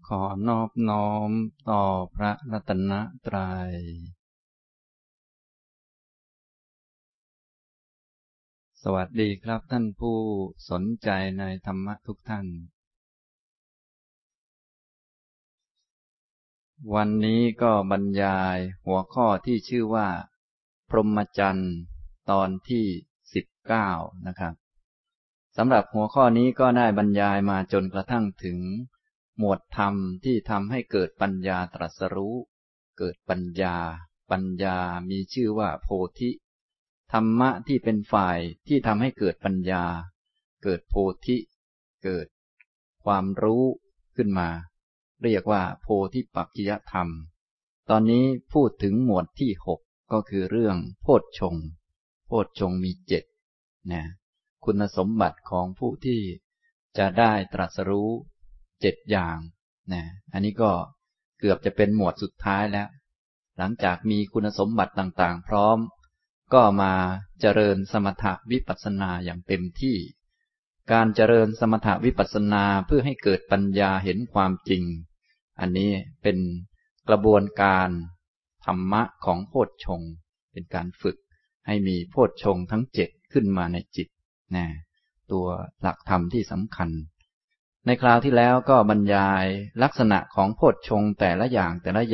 ขอนอบน้อมต่อพระรัตนตรัยสวัสดีครับท่านผู้สนใจในธรรมะทุกท่านวันนี้ก็บรรยายหัวข้อที่ชื่อว่าพรหมจรรย์ตอนที่19นะครับสำหรับหัวข้อนี้ก็ได้บรรยายมาจนกระทั่งถึงหมวดธรรมที่ทำให้เกิดปัญญาตรัสรู้เกิดปัญญามีชื่อว่าโพธิธรรมะที่เป็นฝ่ายที่ทำให้เกิดปัญญาเกิดโพธิเกิดความรู้ขึ้นมาเรียกว่าโพธิปักขิยธรรมตอนนี้พูดถึงหมวดที่6ก็คือเรื่องโพชฌงค์มี7นะคุณสมบัติของผู้ที่จะได้ตรัสรู้7อย่างนะอันนี้ก็เกือบจะเป็นหมวดสุดท้ายแล้วหลังจากมีคุณสมบัติต่างๆพร้อมก็มาเจริญสมถะวิปัสสนาอย่างเต็มที่การเจริญสมถะวิปัสสนาเพื่อให้เกิดปัญญาเห็นความจริงอันนี้เป็นกระบวนการธรรมะของโพชฌงค์เป็นการฝึกให้มีโพชฌงค์ทั้ง7ขึ้นมาในจิตนะตัวหลักธรรมที่สำคัญในคราวที่แล้วก็บรรยายลักษณะของโพชฌงค์แต่ละอย่าง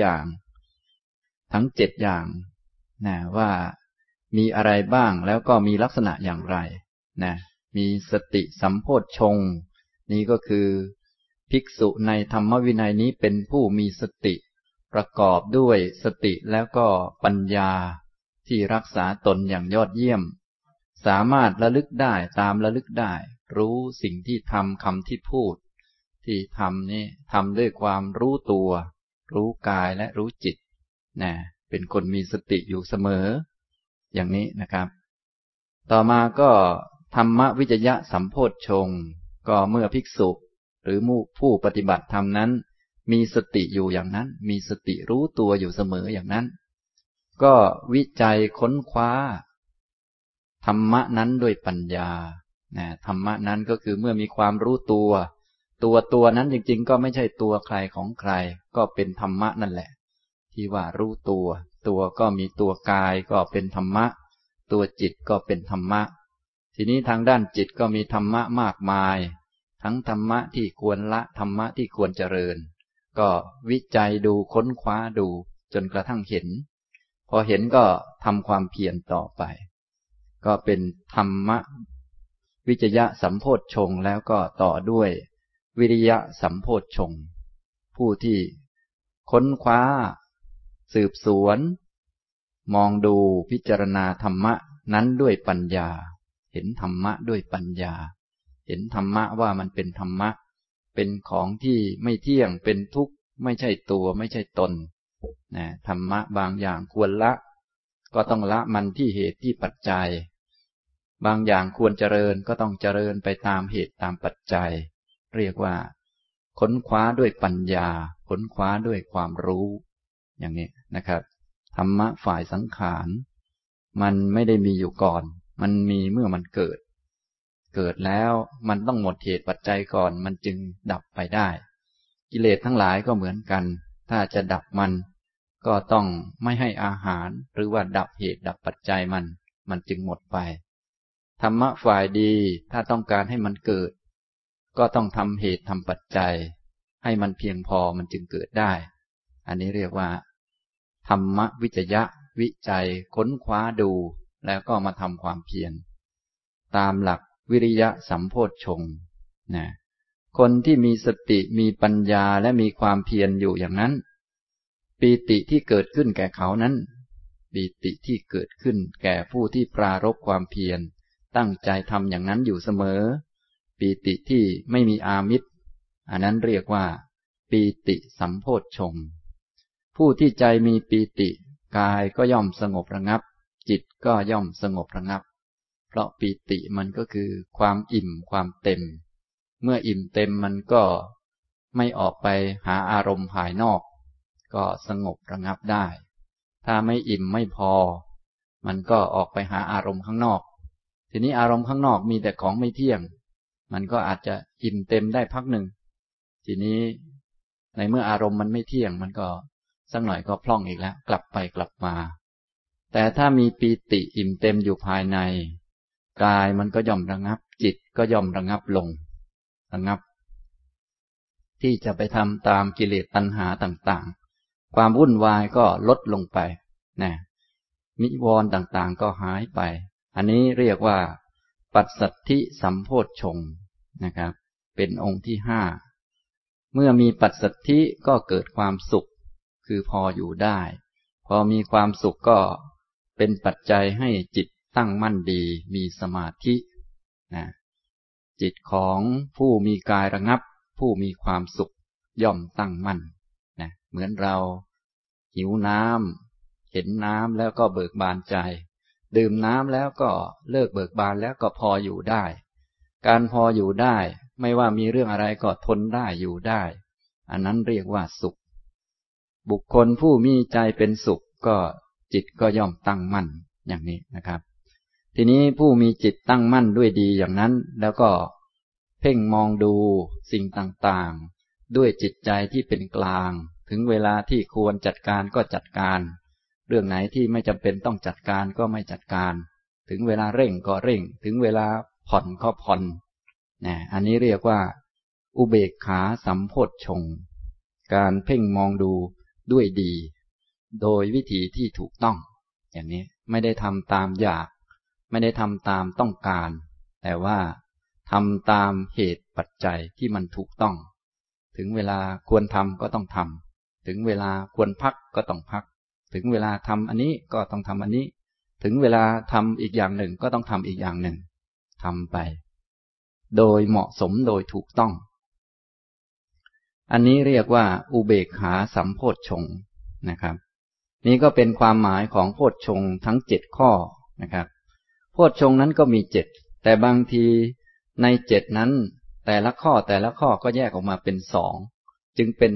ทั้ง7อย่างนะว่ามีอะไรบ้างแล้วก็มีลักษณะอย่างไรนะมีสติสัมโพชฌงค์นี้ก็คือภิกษุในธรรมวินัยนี้เป็นผู้มีสติประกอบด้วยสติแล้วก็ปัญญาที่รักษาตนอย่างยอดเยี่ยมสามารถระลึกได้ตามระลึกได้รู้สิ่งที่ทำคำที่พูดที่ทำนี่ทำด้วยความรู้ตัวรู้กายและรู้จิตนะเป็นคนมีสติอยู่เสมออย่างนี้นะครับต่อมาก็ธรรมวิจยะสัมโพชฌงค์ก็เมื่อภิกษุหรือผู้ปฏิบัติธรรมนั้นมีสติอยู่อย่างนั้นมีสติรู้ตัวอยู่เสมออย่างนั้นก็วิจัยค้นคว้าธรรมะนั้นด้วยปัญญาธรรมะนั้นก็คือเมื่อมีความรู้ตัวนั้นจริงๆก็ไม่ใช่ตัวใครของใครก็เป็นธรรมะนั่นแหละที่ว่ารู้ตัวก็มีตัวกายก็เป็นธรรมะตัวจิตก็เป็นธรรมะทีนี้ทางด้านจิตก็มีธรรมะมากมายทั้งธรรมะที่ควรละธรรมะที่ควรเจริญก็วิจัยดูค้นคว้าดูจนกระทั่งเห็นพอเห็นก็ทำความเพียรต่อไปก็เป็นธรรมะวิจยะสัมโพชฌงค์แล้วก็ต่อด้วยวิริยะสัมโพชฌงค์ผู้ที่ค้นคว้าสืบสวนมองดูพิจารณาธรรมะนั้นด้วยปัญญาเห็นธรรมะด้วยปัญญาเห็นธรรมะว่ามันเป็นธรรมะเป็นของที่ไม่เที่ยงเป็นทุกข์ไม่ใช่ตัวไม่ใช่ตนนะธรรมะบางอย่างควรละก็ต้องละมันที่เหตุที่ปัจจัยบางอย่างควรเจริญก็ต้องเจริญไปตามเหตุตามปัจจัยเรียกว่าค้นคว้าด้วยปัญญาค้นคว้าด้วยความรู้อย่างนี้นะครับธรรมะฝ่ายสังขารมันไม่ได้มีอยู่ก่อนมันมีเมื่อมันเกิดแล้วมันต้องหมดเหตุปัจจัยก่อนมันจึงดับไปได้กิเลสทั้งหลายก็เหมือนกันถ้าจะดับมันก็ต้องไม่ให้อาหารหรือว่าดับเหตุดับปัจจัยมันจึงหมดไปธรรมะฝ่ายดีถ้าต้องการให้มันเกิดก็ต้องทำเหตุทำปัจจัยให้มันเพียงพอมันจึงเกิดได้อันนี้เรียกว่าธรรมวิจยะวิจัยค้นคว้าดูแล้วก็มาทำความเพียรตามหลักวิริยะสัมโพชฌงค์นะคนที่มีสติมีปัญญาและมีความเพียรอยู่อย่างนั้นปีติที่เกิดขึ้นแก่เขานั้นปีติที่เกิดขึ้นแก่ผู้ที่ปรารภความเพียรตั้งใจทำอย่างนั้นอยู่เสมอปีติที่ไม่มีอามิตรอันนั้นเรียกว่าปีติสัมโพชฌงค์ผู้ที่ใจมีปีติกายก็ย่อมสงบระงับจิตก็ย่อมสงบระงับเพราะปีติมันก็คือความอิ่มความเต็มเมื่ออิ่มเต็มมันก็ไม่ออกไปหาอารมณ์ภายนอกก็สงบระงับได้ถ้าไม่อิ่มไม่พอมันก็ออกไปหาอารมณ์ข้างนอกทีนี้อารมณ์ข้างนอกมีแต่ของไม่เที่ยงมันก็อาจจะอิ่มเต็มได้พักหนึ่งทีนี้ในเมื่ออารมณ์มันไม่เที่ยงมันก็สักหน่อยก็พล่องอีกแล้วกลับไปกลับมาแต่ถ้ามีปีติอิ่มเต็มอยู่ภายในกายมันก็ย่อมระงับจิตก็ย่อมระงับลงระงับที่จะไปทำตามกิเลสตัณหาต่างๆความวุ่นวายก็ลดลงไปนะนิวรณ์ต่างๆก็หายไปอันนี้เรียกว่าปัสสัทธิสัมโพชฌงค์นะครับเป็นองค์ที่ห้าเมื่อมีปัสสัทธิก็เกิดความสุขคือพออยู่ได้พอมีความสุขก็เป็นปัจจัยให้จิตตั้งมั่นดีมีสมาธินะจิตของผู้มีกายระงับผู้มีความสุขย่อมตั้งมั่นนะเหมือนเราหิวน้ำเห็นน้ำแล้วก็เบิกบานใจดื่มน้ำแล้วก็เลิกเบิกบานแล้วก็พออยู่ได้การพออยู่ได้ไม่ว่ามีเรื่องอะไรก็ทนได้อยู่ได้อันนั้นเรียกว่าสุขบุคคลผู้มีใจเป็นสุขก็จิตก็ย่อมตั้งมั่นอย่างนี้นะครับทีนี้ผู้มีจิตตั้งมั่นด้วยดีอย่างนั้นแล้วก็เพ่งมองดูสิ่งต่างๆด้วยจิตใจที่เป็นกลางถึงเวลาที่ควรจัดการก็จัดการเรื่องไหนที่ไม่จำเป็นต้องจัดการก็ไม่จัดการถึงเวลาเร่งก็เร่งถึงเวลาผ่อนก็ผ่อนอันนี้เรียกว่าอุเบกขาสัมโพชฌงค์การเพ่งมองดูด้วยดีโดยวิธีที่ถูกต้องอย่างนี้ไม่ได้ทำตามอยากไม่ได้ทำตามต้องการแต่ว่าทำตามเหตุปัจจัยที่มันถูกต้องถึงเวลาควรทำก็ต้องทำถึงเวลาควรพักก็ต้องพักถึงเวลาทำอันนี้ก็ต้องทำอันนี้ถึงเวลาทำอีกอย่างหนึ่งก็ต้องทำอีกอย่างหนึ่งทำไปโดยเหมาะสมโดยถูกต้องอันนี้เรียกว่าอุเบกขาสัมโพชฌงค์นะครับนี่ก็เป็นความหมายของโพชฌงค์ทั้ง7ข้อนะครับโพชฌงค์นั้นก็มี7แต่บางทีใน7นั้นแต่ละข้อก็แยกออกมาเป็น2จึงเป็น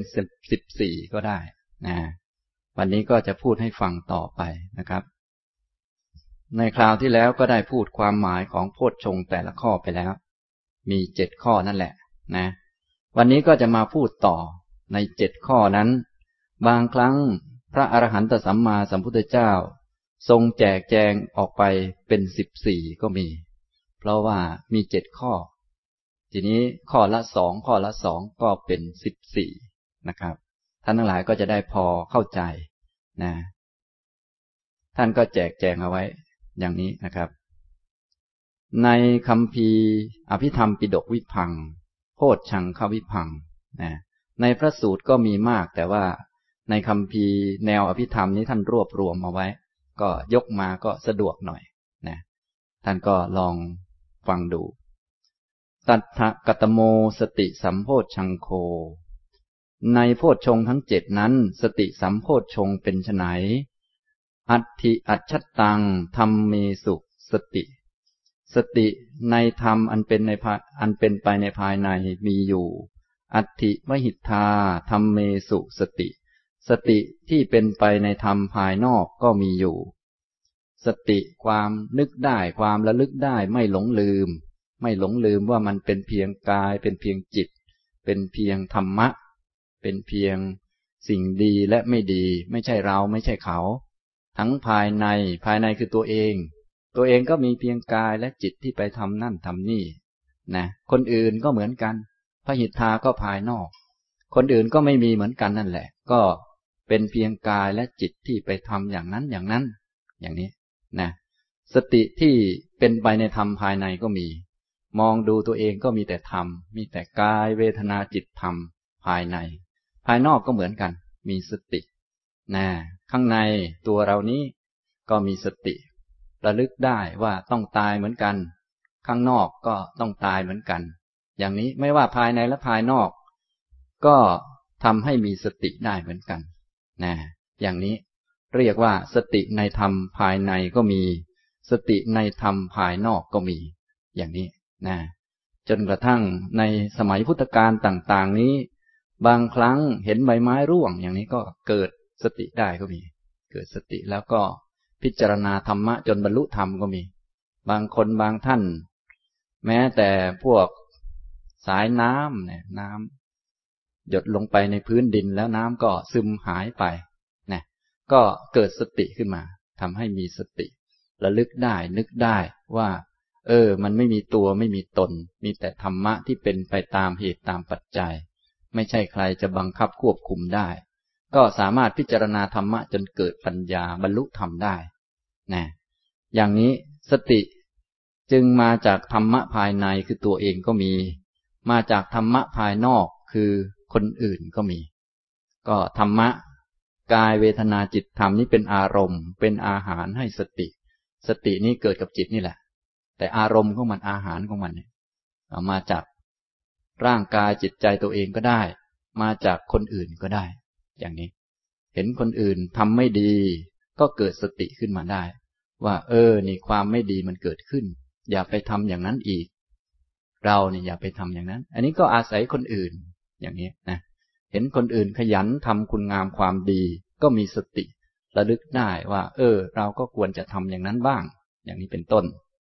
14ก็ได้นะวันนี้ก็จะพูดให้ฟังต่อไปนะครับในคราวที่แล้วก็ได้พูดความหมายของโพชฌงค์แต่ละข้อไปแล้วมี7ข้อนั่นแหละนะวันนี้ก็จะมาพูดต่อใน7ข้อนั้นบางครั้งพระอรหันตสัมมาสัมพุทธเจ้าทรงแจกแจงออกไปเป็น14ก็มีเพราะว่ามี7ข้อทีนี้ข้อละ2ก็เป็น14นะครับท่านทั้งหลายก็จะได้พอเข้าใจนะท่านก็แจกแจงเอาไว้อย่างนี้นะครับในคัมภีร์อภิธรรมปิฎกวิพังค์โพชฌังควิพังค์นะในพระสูตรก็มีมากแต่ว่าในคัมภีร์แนวอภิธรรมนี้ท่านรวบรวมมาไว้ก็ยกมาก็สะดวกหน่อยนะท่านก็ลองฟังดูตัทธกัตโมสติสัมโพชฌังโฆในโพชฌงค์ทั้ง7นั้นสติสัมโพชฌงค์เป็นไฉนอัตถิอัจฉตังธัมเมสุสติสติในธรรมอันเป็นไปในภายในมีอยู่อัตถิมหิทธาธัมเมสุสติสติที่เป็นไปในธรรมภายนอกก็มีอยู่สติความนึกได้ความระลึกได้ไม่หลงลืมว่ามันเป็นเพียงกายเป็นเพียงจิตเป็นเพียงธรรมะเป็นเพียงสิ่งดีและไม่ดีไม่ใช่เราไม่ใช่เขาทั้งภายในคือตัวเองก็มีเพียงกายและจิตที่ไปทำนั่นทำนี่นะคนอื่นก็เหมือนกันพหิทธาก็ภายนอกคนอื่นก็ไม่มีเหมือนกันนั่นแหละก็เป็นเพียงกายและจิตที่ไปทำอย่างนั้นอย่างนี้นะสติที่เป็นไปในธรรมภายในก็มีมองดูตัวเองก็มีแต่ธรรมมีแต่กายเวทนาจิตธรรมภายในภายนอกก็เหมือนกันมีสตินะข้างในตัวเรานี้ก็มีสติระลึกได้ว่าต้องตายเหมือนกันข้างนอกก็ต้องตายเหมือนกันอย่างนี้ไม่ว่าภายในและภายนอกก็ทำให้มีสติได้เหมือนกันนะอย่างนี้เรียกว่าสติในธรรมภายในก็มีสติในธรรมภายนอกก็มีอย่างนี้นะจนกระทั่งในสมัยพุทธกาลต่างๆนี้บางครั้งเห็นใบไม้ร่วงอย่างนี้ก็เกิดสติได้ก็มีเกิดสติแล้วก็พิจารณาธรรมะจนบรรลุธรรมก็มีบางคนบางท่านแม้แต่พวกสายน้ำเนี่ยหยดลงไปในพื้นดินแล้วน้ำก็ซึมหายไปนะก็เกิดสติขึ้นมาทำให้มีสติระลึกได้นึกได้ว่ามันไม่มีตัวไม่มีตนมีแต่ธรรมะที่เป็นไปตามเหตุตามปัจจัยไม่ใช่ใครจะบังคับควบคุมได้ก็สามารถพิจารณาธรรมะจนเกิดปัญญาบรรลุธรรมได้นะอย่างนี้สติจึงมาจากธรรมะภายในคือตัวเองก็มีมาจากธรรมะภายนอกคือคนอื่นก็มีก็ธรรมะกายเวทนาจิตธรรมนี้เป็นอารมณ์เป็นอาหารให้สติสตินี้เกิดกับจิตนี่แหละแต่อารมณ์ของมันอาหารของมันเนี่ยมาจากร่างกายจิตใจตัวเองก็ได้มาจากคนอื่นก็ได้อย่างนี้เห็นคนอื่นทำไม่ดีก็เกิดสติขึ้นมาได้ว่านี่ความไม่ดีมันเกิดขึ้นอย่าไปทำอย่างนั้นอีกเราเนี่ยอย่าไปทำอย่างนั้นอันนี้ก็อาศัยคนอื่นอย่างนี้นะเห็นคนอื่นขยันทำคุณงามความดีก็มีสติระลึกได้ว่าเราก็ควรจะทำอย่างนั้นบ้างอย่างนี้เป็นต้น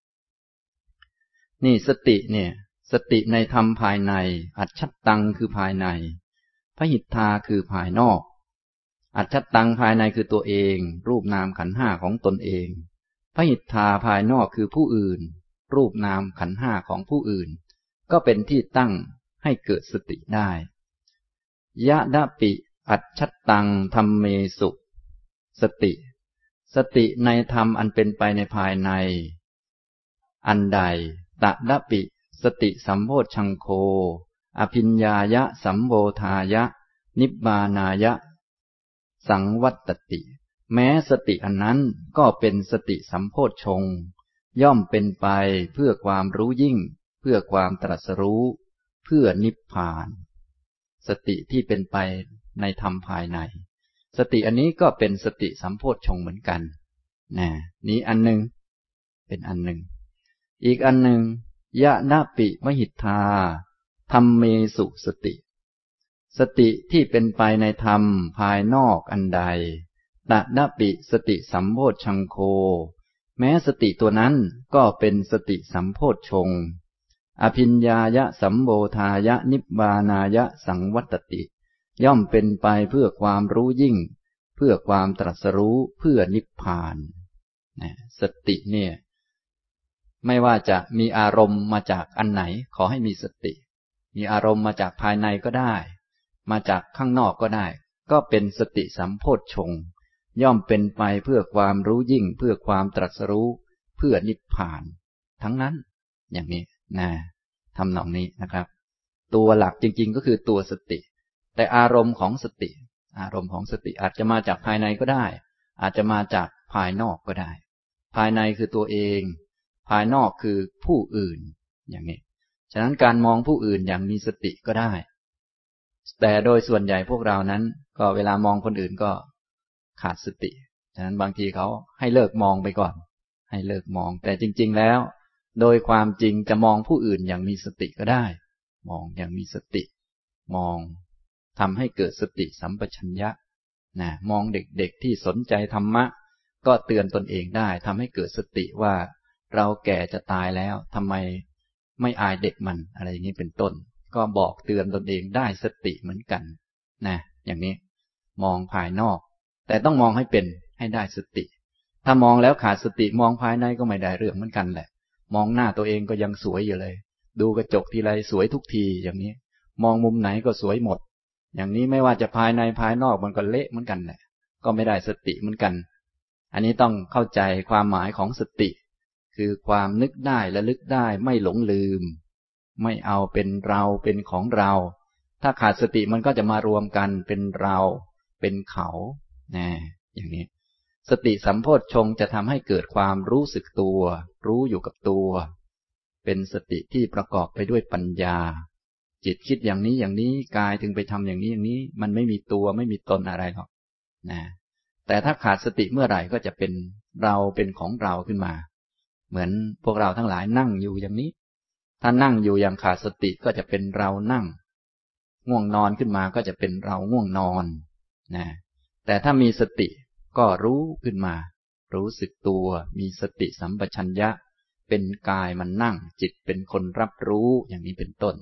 นี่สติเนี่ยสติในธรรมภายในอัจฉัตตังคือภายในพหิทธาคือภายนอกอัจฉัตตังภายในคือตัวเองรูปนามขันธ์ห้าของตนเองพหิทธาภายนอกคือผู้อื่นรูปนามขันธ์ห้าของผู้อื่นก็เป็นที่ตั้งให้เกิดสติได้ยะดะปิอัจฉัตตังธัมเมสุสติสติในธรรมอันเป็นไปในภายในอันใดตะดะปิสติสัมโพชฌังโฆอภิญญายะสัมโวทายะนิบบานายะสังวัตติแม้สติอันนั้นก็เป็นสติสัมโพชฌงค์ย่อมเป็นไปเพื่อความรู้ยิ่งเพื่อความตรัสรู้เพื่อนิพพานสติที่เป็นไปในธรรมภายในสติอันนี้ก็เป็นสติสัมโพชฌงค์เหมือนกันนี้อันหนึ่งเป็นอันหนึ่งอีกอันหนึ่งยะนะปิมหิทธาธัมเมสุสติสติที่เป็นไปในธรรมภายนอกอันใดตะนะปิสติสัมโพชฌังโฆแม้สติตัวนั้นก็เป็นสติสัมโพชฌงค์อภิญญายะสัมโวทายะนิบบานายะสังวัตติย่อมเป็นไปเพื่อความรู้ยิ่งเพื่อความตรัสรู้เพื่อนิพพานสติเนี่ยไม่ว่าจะมีอารมณ์มาจากอันไหนขอให้มีสติมีอารมณ์มาจากภายในก็ได้มาจากข้างนอกก็ได้ก็เป็นสติสัมโพชฌงค์ย่อมเป็นไปเพื่อความรู้ยิ่งเพื่อความตรัสรู้เพื่อนิพพานทั้งนั้นอย่างนี้ทำนองนี้นะครับตัวหลักจริงๆก็คือตัวสติแต่อารมณ์ของสติอาจจะมาจากภายในก็ได้อาจจะมาจากภายนอกก็ได้ภายในคือตัวเองภายนอกคือผู้อื่นอย่างนี้ฉะนั้นการมองผู้อื่นอย่างมีสติก็ได้แต่โดยส่วนใหญ่พวกเรานั้นก็เวลามองคนอื่นก็ขาดสติฉะนั้นบางทีเขาให้เลิกมองไปก่อนให้เลิกมองแต่จริงๆแล้วโดยความจริงจะมองผู้อื่นอย่างมีสติก็ได้มองอย่างมีสติมองทำให้เกิดสติสัมปชัญญะมองเด็กๆที่สนใจธรรมะก็เตือนตนเองได้ทำให้เกิดสติว่าเราแก่จะตายแล้วทำไมไม่อายเด็กมันอะไรอย่างนี้เป็นต้นก็บอกเตือนตนเองได้สติเหมือนกันอย่างนี้มองภายนอกแต่ต้องมองให้เป็นให้ได้สติถ้ามองแล้วขาดสติมองภายในก็ไม่ได้เรื่องเหมือนกันแหละมองหน้าตัวเองก็ยังสวยอยู่เลยดูกระจกทีไรสวยทุกทีอย่างนี้มองมุมไหนก็สวยหมดอย่างนี้ไม่ว่าจะภายในภายนอกมันก็เละเหมือนกันแหละก็ไม่ได้สติเหมือนกันอันนี้ต้องเข้าใจความหมายของสติคือความนึกได้ระลึกได้ไม่หลงลืมไม่เอาเป็นเราเป็นของเราถ้าขาดสติมันก็จะมารวมกันเป็นเราเป็นเขาอย่างนี้สติสัมโพชฌงค์จะทำให้เกิดความรู้สึกตัวรู้อยู่กับตัวเป็นสติที่ประกอบไปด้วยปัญญาจิตคิดอย่างนี้อย่างนี้กายถึงไปทำอย่างนี้อย่างนี้มันไม่มีตัวไม่มีตนอะไรหรอกแต่ถ้าขาดสติเมื่อไหร่ก็จะเป็นเราเป็นของเราขึ้นมาเหมือนพวกเราทั้งหลายนั่งอยู่อย่างนี้ถ้านั่งอยู่อย่างขาดสติก็จะเป็นเรานั่งง่วงนอนขึ้นมาก็จะเป็นเราง่วงนอนแต่ถ้ามีสติก็รู้ขึ้นมารู้สึกตัวมีสติสัมปชัญญะเป็นกายมันนั่งจิตเป็นคนรับรู้อย่างนี้เป็นต้น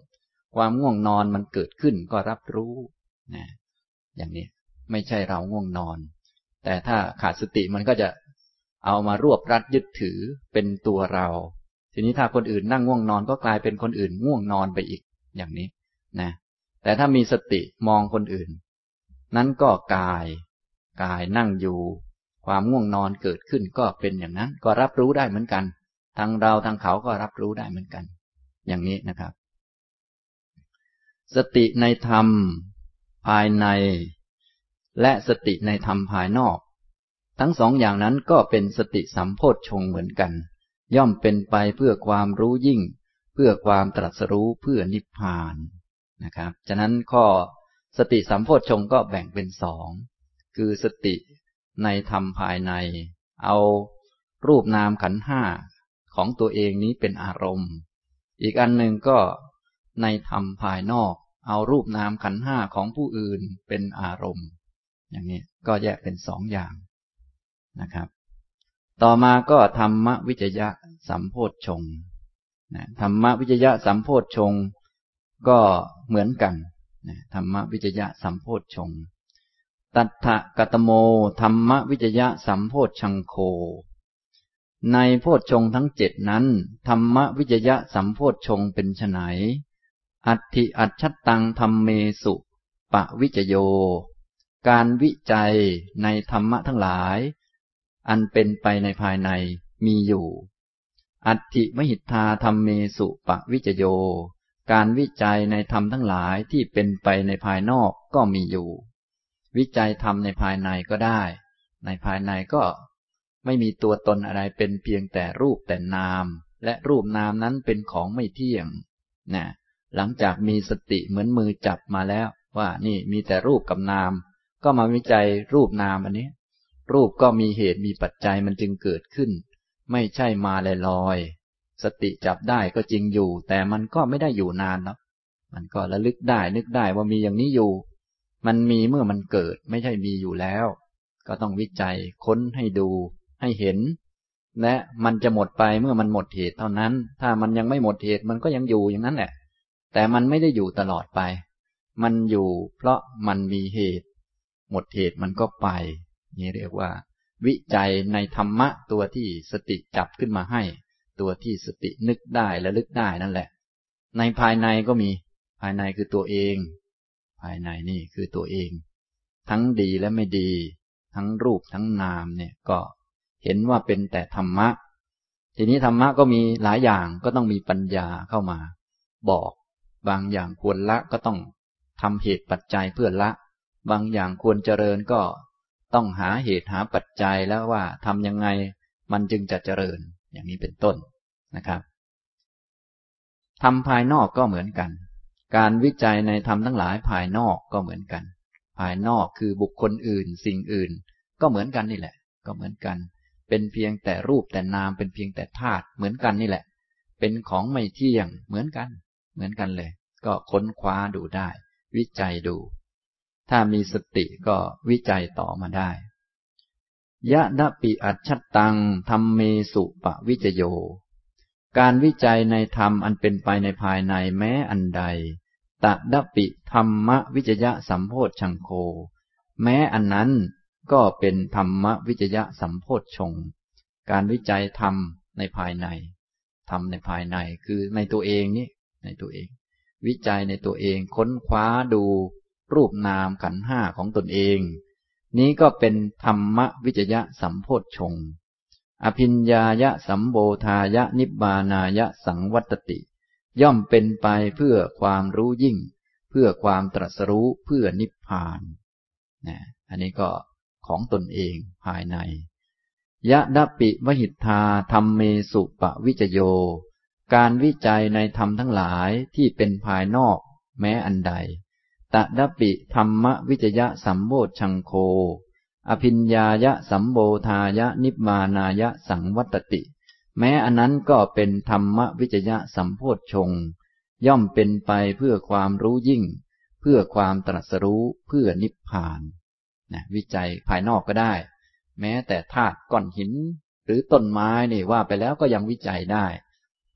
ความง่วงนอนมันเกิดขึ้นก็รับรู้นะอย่างนี้ไม่ใช่เราง่วงนอนแต่ถ้าขาดสติมันก็จะเอามารวบรัดยึดถือเป็นตัวเราทีนี้ถ้าคนอื่นนั่งง่วงนอนก็กลายเป็นคนอื่นง่วงนอนไปอีกอย่างนี้นะแต่ถ้ามีสติมองคนอื่นนั้นก็กายนั่งอยู่ความง่วงนอนเกิดขึ้นก็เป็นอย่างนั้นก็รับรู้ได้เหมือนกันทั้งเราทั้งเขาก็รับรู้ได้เหมือนกันอย่างนี้นะครับสติในธรรมภายในและสติในธรรมภายนอกทั้งสองอย่างนั้นก็เป็นสติสัมโพชฌงค์เหมือนกันย่อมเป็นไปเพื่อความรู้ยิ่งเพื่อความตรัสรู้เพื่อนิพพานนะครับฉะนั้นข้อสติสัมโพชฌงค์ก็แบ่งเป็นสองคือสติในธรรมภายในเอารูปนามขันธ์ห้าของตัวเองนี้เป็นอารมณ์อีกอันหนึ่งก็ในธรรมภายนอกเอารูปนามขันธ์ห้าของผู้อื่นเป็นอารมณ์อย่างนี้ก็แยกเป็นสองอย่างนะครับต่อมาก็ธรรมวิจยะสัมโพชฌงค์ธรรมวิจยะสัมโพชฌงค์ก็เหมือนกันธรรมวิจยะสัมโพชฌงค์ตัฏฐกัตโมธรรมวิจยะสัมโพชฌังโฆในโพชฌงค์ทั้งเจ็ดนั้นธรรมวิจยะสัมโพชฌงค์เป็นไฉนอัตถิอัจฉตังธัมเมสุปวิจโยการวิจัยในธรรมะทั้งหลายอันเป็นไปในภายในมีอยู่อัตถิมหิทธาธัมเมสุปวิจโยการวิจัยในธรรมทั้งหลายที่เป็นไปในภายนอกก็มีอยู่วิจัยธรรมในภายในก็ได้ในภายในก็ไม่มีตัวตนอะไรเป็นเพียงแต่รูปแต่นามและรูปนามนั้นเป็นของไม่เที่ยงนะหลังจากมีสติเหมือนมือจับมาแล้วว่านี่มีแต่รูปกับนามก็มาวิจัยรูปนามอันนี้รูปก็มีเหตุมีปัจจัยมันจึงเกิดขึ้นไม่ใช่มาลอยๆสติจับได้ก็จริงอยู่แต่มันก็ไม่ได้อยู่นานเนาะมันก็ระลึกได้นึกได้ว่ามีอย่างนี้อยู่มันมีเมื่อมันเกิดไม่ใช่มีอยู่แล้วก็ต้องวิจัยค้นให้ดูให้เห็นและมันจะหมดไปเมื่อมันหมดเหตุเท่านั้นถ้ามันยังไม่หมดเหตุมันก็ยังอยู่อย่างนั้นแหละแต่มันไม่ได้อยู่ตลอดไปมันอยู่เพราะมันมีเหตุหมดเหตุมันก็ไปนี่เรียกว่าวิจัยในธรรมะตัวที่สติจับขึ้นมาให้ตัวที่สตินึกได้และลึกได้นั่นแหละในภายในก็มีภายในคือตัวเองภายในนี่คือตัวเองทั้งดีและไม่ดีทั้งรูปทั้งนามเนี่ยก็เห็นว่าเป็นแต่ธรรมะทีนี้ธรรมะก็มีหลายอย่างก็ต้องมีปัญญาเข้ามาบอกบางอย่างควรละก็ต้องทำเหตุปัจจัยเพื่อละบางอย่างควรเจริญก็ต้องหาเหตุหาปัจจัยแล้วว่าทำยังไงมันจึงจะเจริญอย่างนี้เป็นต้นนะครับธรรมภายนอกก็เหมือนกันการวิจัยในธรรมทั้งหลายภายนอกก็เหมือนกันภายนอกคือบุคคลอื่นสิ่งอื่นก็เหมือนกันนี่แหละก็เหมือนกันเป็นเพียงแต่รูปแต่นามเป็นเพียงแต่ธาตุเหมือนกันนี่แหละเป็นของไม่เที่ยงเหมือนกันเลยก็ค้นคว้าดูได้วิจัยดูถ้ามีสติก็วิจัยต่อมาได้ยะดปิอัจฉตังธัมเมสุปวิจโยการวิจัยในธรรมอันเป็นไปในภายในแม้อันใดตดปิธรรมวิจยะสัมโพชฌังโฆแม้อันนั้นก็เป็นธรรมวิจยะสัมโพชฌงค์การวิจัยธรรมในภายในธรรมในภายในคือในตัวเองนี่ในตัวเองวิจัยในตัวเองค้นคว้าดูรูปนามขันธ์ห้าของตนเองนี้ก็เป็นธรรมวิจยะสัมโพชฌงค์อภิญญายะสัมโบธายะนิบบานายะสังวัตติย่อมเป็นไปเพื่อความรู้ยิ่งเพื่อความตรัสรู้เพื่อนิพพานอันนี้ก็ของตนเองภายในยะดปิวหิทธาธัมเมสุปวิจโยการวิจัยในธรรมทั้งหลายที่เป็นภายนอกแม้อันใดตดปิธรรมวิจยะสัมโพชฌังโฆอภิญญายะสัมโบธายะนิบบานายะสังวัตติแม้อันนั้นก็เป็นธรรมวิจยะสัมโพชฌงค์ย่อมเป็นไปเพื่อความรู้ยิ่งเพื่อความตรัสรู้เพื่อนิพพานวิจัยภายนอกก็ได้แม้แต่ธาตุก้อนหินหรือต้นไม้นี่ว่าไปแล้วก็ยังวิจัยได้เพ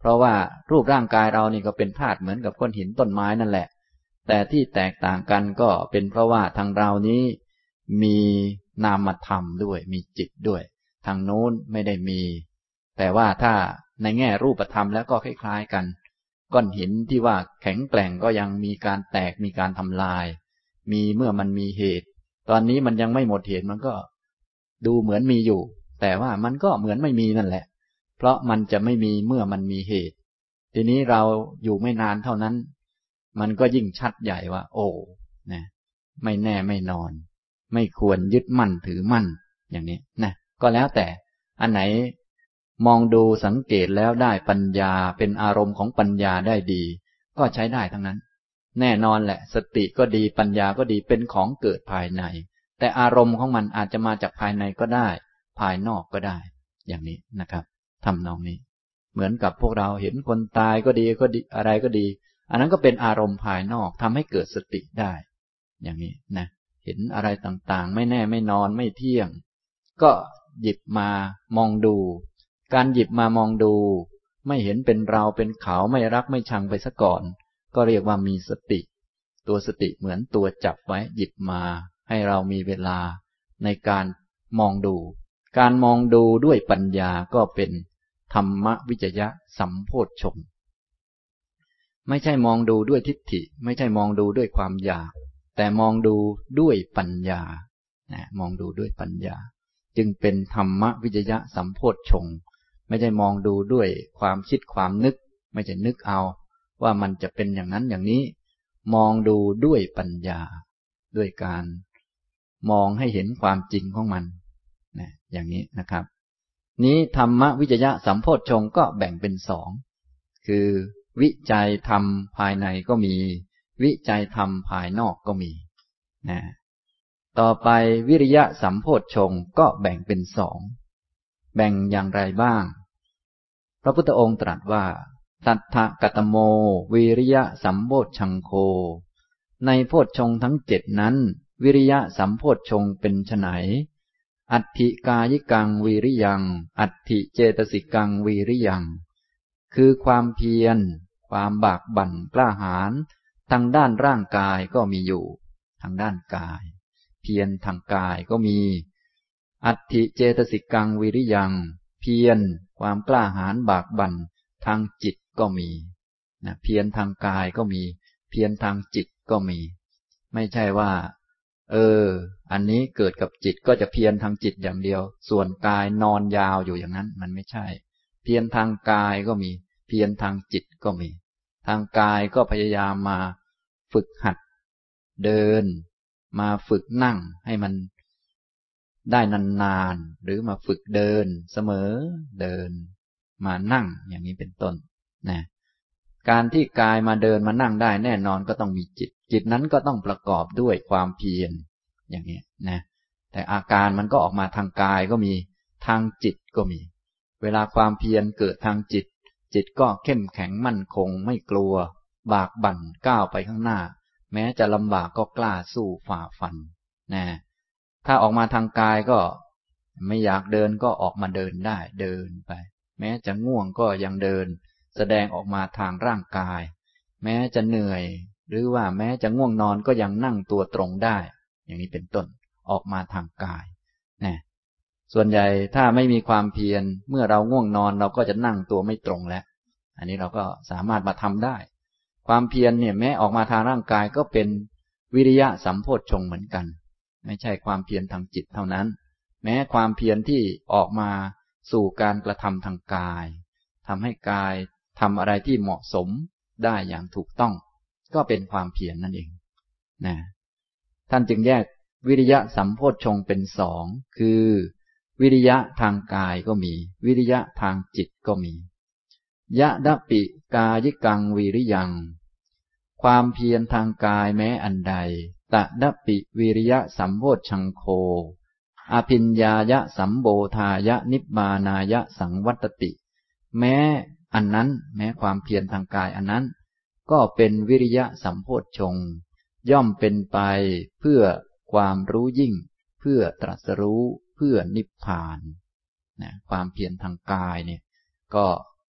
เพราะว่ารูปร่างกายเรานี่ก็เป็นธาตุเหมือนกับก้อนหินต้นไม้นั่นแหละแต่ที่แตกต่างกันก็เป็นเพราะว่าทางเรานี้มีนามธรรมด้วยมีจิตด้วยทางโน้นไม่ได้มีแต่ว่าถ้าในแง่รูปธรรมแล้วก็คล้ายๆกันก้อนหินที่ว่าแข็งแกร่งก็ยังมีการแตกมีการทำลายมีเมื่อมันมีเหตุตอนนี้มันยังไม่หมดเหตุมันก็ดูเหมือนมีอยู่แต่ว่ามันก็เหมือนไม่มีนั่นแหละเพราะมันจะไม่มีเมื่อมันมีเหตุทีนี้เราอยู่ไม่นานเท่านั้นมันก็ยิ่งชัดใหญ่ว่าโอ้นะไม่แน่ไม่นอนไม่ควรยึดมั่นถือมั่นอย่างนี้นะก็แล้วแต่อันไหนมองดูสังเกตแล้วได้ปัญญาเป็นอารมณ์ของปัญญาได้ดีก็ใช้ได้ทั้งนั้นแน่นอนแหละสติก็ดีปัญญาก็ดีเป็นของเกิดภายในแต่อารมณ์ของมันอาจจะมาจากภายในก็ได้ภายนอกก็ได้อย่างนี้นะครับทำนองนี้เหมือนกับพวกเราเห็นคนตายก็ดีอะไรก็ดีอันนั้นก็เป็นอารมณ์ภายนอกทำให้เกิดสติได้อย่างนี้นะเห็นอะไรต่างๆไม่แน่ไม่นอนไม่เที่ยงก็หยิบมามองดูการหยิบมามองดูไม่เห็นเป็นเราเป็นเขาไม่รักไม่ชังไปซะก่อนก็เรียกว่ามีสติตัวสติเหมือนตัวจับไว้หยิบมาให้เรามีเวลาในการมองดูการมองดูด้วยปัญญาก็เป็นธรรมวิจยะสัมโพชฌงค์ไม่ใช่มองดูด้วยทิฏฐิไม่ใช่มองดูด้วยความอยากแต่มองดูด้วยปัญญามองดูด้วยปัญญาจึงเป็นธรรมวิจยะสัมโพชฌงค์ไม่ใช่มองดูด้วยความคิดความนึกไม่ใช่นึกเอาว่ามันจะเป็นอย่างนั้นอย่างนี้มองดูด้วยปัญญาด้วยการมองให้เห็นความจริงของมันนะอย่างนี้นะครับนี้ธรรมวิจยะสัมโพชฌงค์ก็แบ่งเป็นสองคือวิจัยธรรมภายในก็มีวิจัยธรรมภายนอกก็มีนะต่อไปวิริยะสัมโพชฌงค์ก็แบ่งเป็นสองแบ่งอย่างไรบ้างพระพุทธองค์ตรัสว่าตัทธกัตโมวิริยะสัมโพชฌังโฆในโพชฌงค์ทั้งเจ็ดนั้นวิริยะสัมโพชฌงค์เป็นไฉนอัตถิกายิกังวิริยังอัตถิเจตสิกังวิริยังคือความเพียรความบากบั่นกล้าหาญทางด้านร่างกายก็มีอยู่ทางด้านกายเพียรทางกายก็มีอัตถิเจตสิกังวิริยังเพียรความกล้าหาญบากบั่นทางจิตก็มีนะเพียรทางกายก็มีเพียรทางจิตก็มีไม่ใช่ว่าอันนี้เกิดกับจิตก็จะเพียรทางจิตอย่างเดียวส่วนกายนอนยาวอยู่อย่างนั้นมันไม่ใช่เพียรทางกายก็มีเพียรทางจิตก็มีทางกายก็พยายามมาฝึกหัดเดินมาฝึกนั่งให้มันได้นานๆหรือมาฝึกเดินเสมอเดินมานั่งอย่างนี้เป็นต้นนะการที่กายมาเดินมานั่งได้แน่นอนก็ต้องมีจิตจิตนั้นก็ต้องประกอบด้วยความเพียรอย่างนี้นะแต่อาการมันก็ออกมาทางกายก็มีทางจิตก็มีเวลาความเพียรเกิดทางจิตจิตก็เข้มแข็งมั่นคงไม่กลัวบากบั่นก้าวไปข้างหน้าแม้จะลำบากก็กล้าสู้ฝ่าฟันนะถ้าออกมาทางกายก็ไม่อยากเดินก็ออกมาเดินได้เดินไปแม้จะง่วงก็ยังเดินแสดงออกมาทางร่างกายแม้จะเหนื่อยหรือว่าแม้จะง่วงนอนก็ยังนั่งตัวตรงได้อย่างนี้เป็นต้นออกมาทางกายนะส่วนใหญ่ถ้าไม่มีความเพียรเมื่อเราง่วงนอนเราก็จะนั่งตัวไม่ตรงแล้วอันนี้เราก็สามารถมาทำได้ความเพียรเนี่ยแม้ออกมาทางร่างกายก็เป็นวิริยะสัมโพชฌงค์เหมือนกันไม่ใช่ความเพียรทางจิตเท่านั้นแม้ความเพียรที่ออกมาสู่การกระทำทางกายทำให้กายทำอะไรที่เหมาะสมได้อย่างถูกต้องก็เป็นความเพียรนั่นเองนะท่านจึงแยกวิริยะสัมโพชฌงค์เป็นสองคือวิริยะทางกายก็มีวิริยะทางจิตก็มียะดปิกายิกังวิริยังความเพียรทางกายแม้อันใดตะดปิวิริยะสัมโพชฌังโฆอภิญญายะสัมโบธายะนิบบานายะสังวัตติแม้อันนั้นแม้ความเพียรทางกายอันนั้นก็เป็นวิริยะสัมโพชฌงค์ย่อมเป็นไปเพื่อความรู้ยิ่งเพื่อตรัสรู้เพื่อนิพพานนะความเพียรทางกายเนี่ยก็เ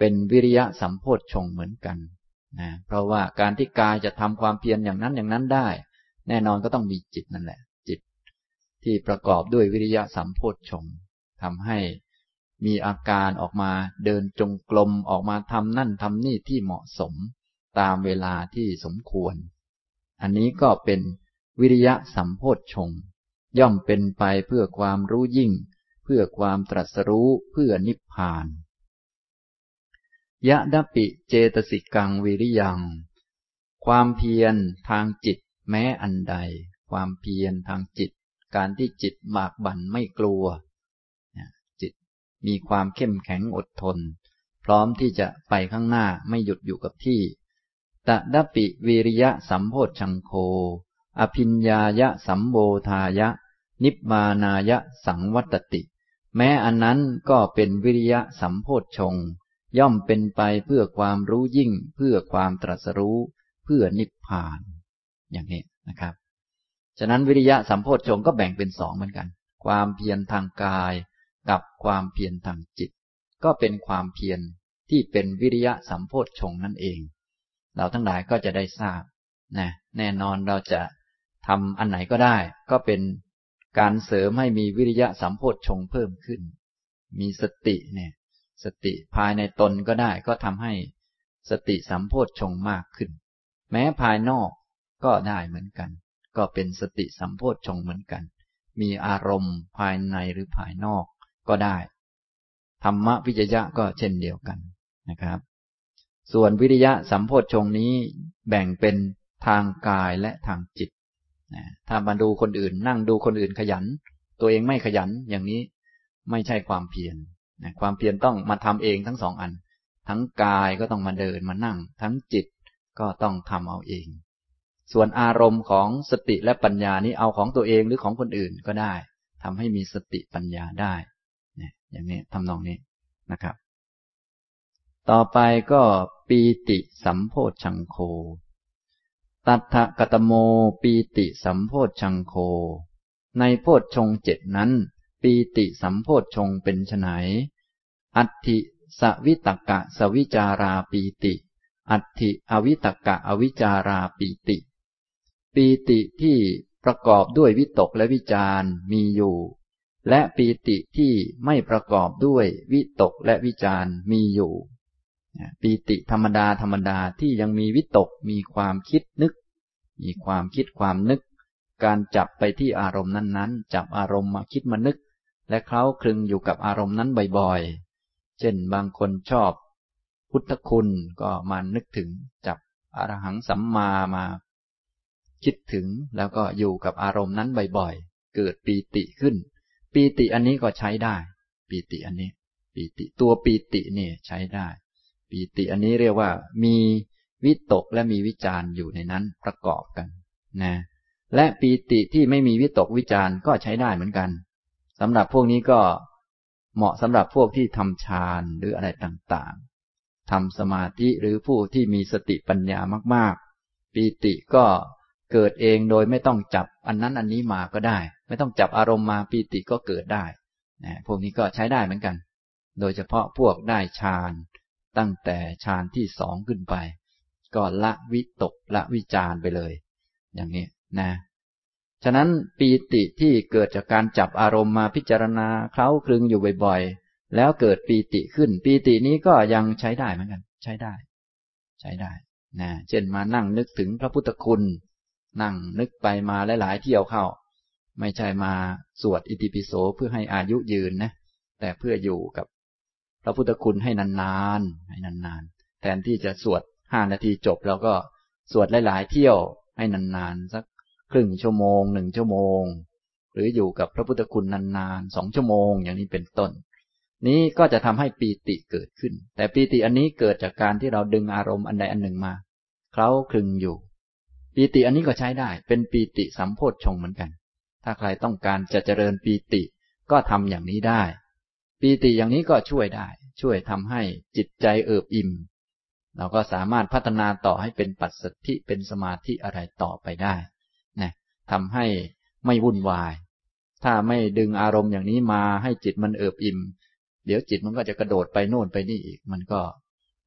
เป็นวิริยะสัมโพชฌงค์เหมือนกันนะเพราะว่าการที่กายจะทำความเพียรอย่างนั้นอย่างนั้นได้แน่นอนก็ต้องมีจิตนั่นแหละจิตที่ประกอบด้วยวิริยะสัมโพชฌงค์ทำให้มีอาการออกมาเดินจงกรมออกมาทำนั่นทำนี่ที่เหมาะสมตามเวลาที่สมควรอันนี้ก็เป็นวิริยะสัมโพชฌงค์ย่อมเป็นไปเพื่อความรู้ยิ่งเพื่อความตรัสรู้เพื่อนิพพานยะดปิเจตสิกังวิริยังความเพียรทางจิตแม้อันใดความเพียรทางจิตการที่จิตบากบั่นไม่กลัวจิตมีความเข้มแข็งอดทนพร้อมที่จะไปข้างหน้าไม่หยุดอยู่กับที่ตดปิวิริยะสัมโพชฌังโฆอภิญญายะสัมโบธายะนิพพานายะสังวัตติแม้อันนั้นก็เป็นวิริยะสัมโพชฌงค์ย่อมเป็นไปเพื่อความรู้ยิ่งเพื่อความตรัสรู้เพื่อนิพพานอย่างนี้นะครับฉะนั้นวิริยะสัมโพชฌงค์ก็แบ่งเป็นสองเหมือนกันความเพียรทางกายกับความเพียรทางจิตก็เป็นความเพียรที่เป็นวิริยะสัมโพชฌงค์นั่นเองเราทั้งหลายก็จะได้ทราบนะแน่นอนเราจะทำอันไหนก็ได้ก็เป็นการเสริมให้มีวิริยะสัมโพชฌงค์เพิ่มขึ้นมีสติเนี่ยสติภายในตนก็ได้ก็ทำให้สติสัมโพชฌงค์มากขึ้นแม้ภายนอกก็ได้เหมือนกันก็เป็นสติสัมโพชฌงค์เหมือนกันมีอารมณ์ภายในหรือภายนอกก็ได้ธรรมวิจยะก็เช่นเดียวกันนะครับส่วนวิริยะสัมโพชฌงค์นี้แบ่งเป็นทางกายและทางจิตถ้ามาดูคนอื่นนั่งดูคนอื่นขยันตัวเองไม่ขยันอย่างนี้ไม่ใช่ความเพียรความเพียรต้องมาทำเองทั้งสองอันทั้งกายก็ต้องมาเดินมานั่งทั้งจิตก็ต้องทำเอาเองส่วนอารมณ์ของสติและปัญญานี้เอาของตัวเองหรือของคนอื่นก็ได้ทำให้มีสติปัญญาได้อย่างนี้ทำนองนี้นะครับต่อไปก็ปีติสัมโพชฌังโฆตัฏฐกตโมปีติสัมโพชฌังโฆในโพชฌงค์เจ็ดนั้นปีติสัมโพชฌงค์เป็นไฉนอัตถิสวิตกะสวิจาราปีติอัตถิอวิตกะอวิจาราปีติปีติที่ประกอบด้วยวิตกและวิจารมีอยู่และปีติที่ไม่ประกอบด้วยวิตกและวิจารมีอยู่ปีติธรรมดาธรรมดาที่ยังมีวิตกมีความคิดนึกมีความคิดความนึกการจับไปที่อารมณ์นั้นๆจับอารมณ์มาคิดมานึกและเคล้าคลึงอยู่กับอารมณ์นั้นบ่อยๆเช่นบางคนชอบพุทธคุณก็มานึกถึงจับอรหังสัมมาคิดถึงแล้วก็อยู่กับอารมณ์นั้นบ่อยๆเกิดปีติขึ้นปีติอันนี้ก็ใช้ได้ปีติอันนี้ปีติตัวปีตินี่ใช้ได้ปีติอันนี้เรียกว่ามีวิตกและมีวิจารอยู่ในนั้นประกอบกันนะและปีติที่ไม่มีวิตกวิจารก็ใช้ได้เหมือนกันสำหรับพวกนี้ก็เหมาะสำหรับพวกที่ทำฌานหรืออะไรต่างๆทำสมาธิหรือผู้ที่มีสติปัญญามากๆปีติก็เกิดเองโดยไม่ต้องจับอันนั้นอันนี้มาก็ได้ไม่ต้องจับอารมณ์มาปีติก็เกิดได้นะพวกนี้ก็ใช้ได้เหมือนกันโดยเฉพาะพวกได้ฌานตั้งแต่ฌานที่สองขึ้นไปก็ละวิตกละวิจารไปเลยอย่างนี้นะฉะนั้นปีติที่เกิดจากการจับอารมณ์มาพิจารณาเคล้าคลึงอยู่บ่อยๆแล้วเกิดปีติขึ้นปีตินี้ก็ยังใช้ได้เหมือนกันใช้ได้นะเช่นมานั่งนึกถึงพระพุทธคุณนั่งนึกไปมาหลายๆเที่ยวเข้าไม่ใช่มาสวดอิติปิโสเพื่อให้อายุยืนนะแต่เพื่ออยู่กับพระพุทธคุณให้นานๆแทนที่จะสวด5 นาทีจบแล้วก็สวดหลายๆเที่ยวให้นานๆสักครึ่งชั่วโมง1 ชั่วโมงหรืออยู่กับพระพุทธคุณนานๆ2 ชั่วโมงอย่างนี้เป็นต้นนี้ก็จะทำให้ปีติเกิดขึ้นแต่ปีติอันนี้เกิดจากการที่เราดึงอารมณ์อันใดอันหนึ่งมาเคล้าคลึงอยู่ปีติอันนี้ก็ใช้ได้เป็นปีติสัมโพชฌงค์เหมือนกันถ้าใครต้องการจะเจริญปีติก็ทำอย่างนี้ได้ปีติอย่างนี้ก็ช่วยได้ช่วยทำให้จิตใจเอิบอิ่มเราก็สามารถพัฒนาต่อให้เป็นปัสสัทธิเป็นสมาธิอะไรต่อไปได้นะทำให้ไม่วุ่นวายถ้าไม่ดึงอารมณ์อย่างนี้มาให้จิตมันเอิบอิ่มเดี๋ยวจิตมันก็จะกระโดดไปโน่นไปนี่อีกมันก็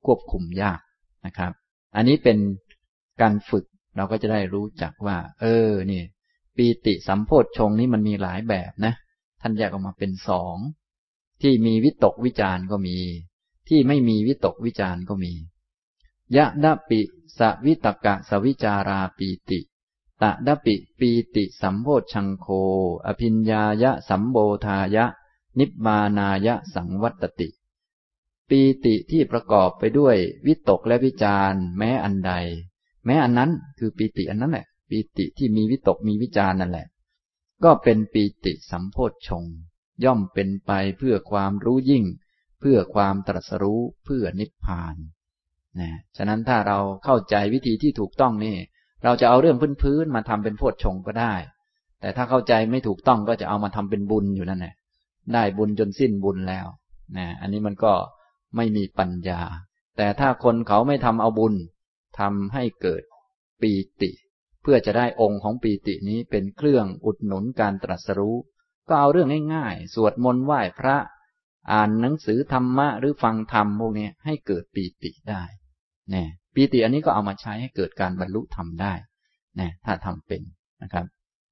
ควบคุมยากนะครับอันนี้เป็นการฝึกเราก็จะได้รู้จักว่านี่ปีติสัมโพชฌงค์นี้มันมีหลายแบบนะท่านแยกออกมาเป็น2ที่มีวิตกวิจารก็มีที่ไม่มีวิตกวิจารก็มียะดปิสวิตกะสวิจาราปีติตะดปิปีติสัมโพชฌังโฆอภิญญายะสัมโบธายะนิบบานายะสังวัตติปีติที่ประกอบไปด้วยวิตกและวิจารแม้อันใดแม้อันนั้นคือปีติอันนั้นแหละปีติที่มีวิตกมีวิจารนั่นแหละก็เป็นปีติสัมโพชฌงค์ย่อมเป็นไปเพื่อความรู้ยิ่งเพื่อความตรัสรู้เพื่อนิพพานนะฉะนั้นถ้าเราเข้าใจวิธีที่ถูกต้องนี่เราจะเอาเรื่องพื้นๆมาทำเป็นโพชฌงค์ก็ได้แต่ถ้าเข้าใจไม่ถูกต้องก็จะเอามาทำเป็นบุญอยู่นั่นแหละได้บุญจนสิ้นบุญแล้วนะอันนี้มันก็ไม่มีปัญญาแต่ถ้าคนเขาไม่ทำเอาบุญทำให้เกิดปีติเพื่อจะได้องค์ของปีตินี้เป็นเครื่องอุดหนุนการตรัสรู้ก็เอาเรื่องง่ายๆสวดมนต์ไหว้พระอ่านหนังสือธรรมะหรือฟังธรรมพวกนี้ให้เกิดปีติได้เนี่ยปีติอันนี้ก็เอามาใช้ให้เกิดการบรรลุธรรมได้นะถ้าทำเป็นนะครับ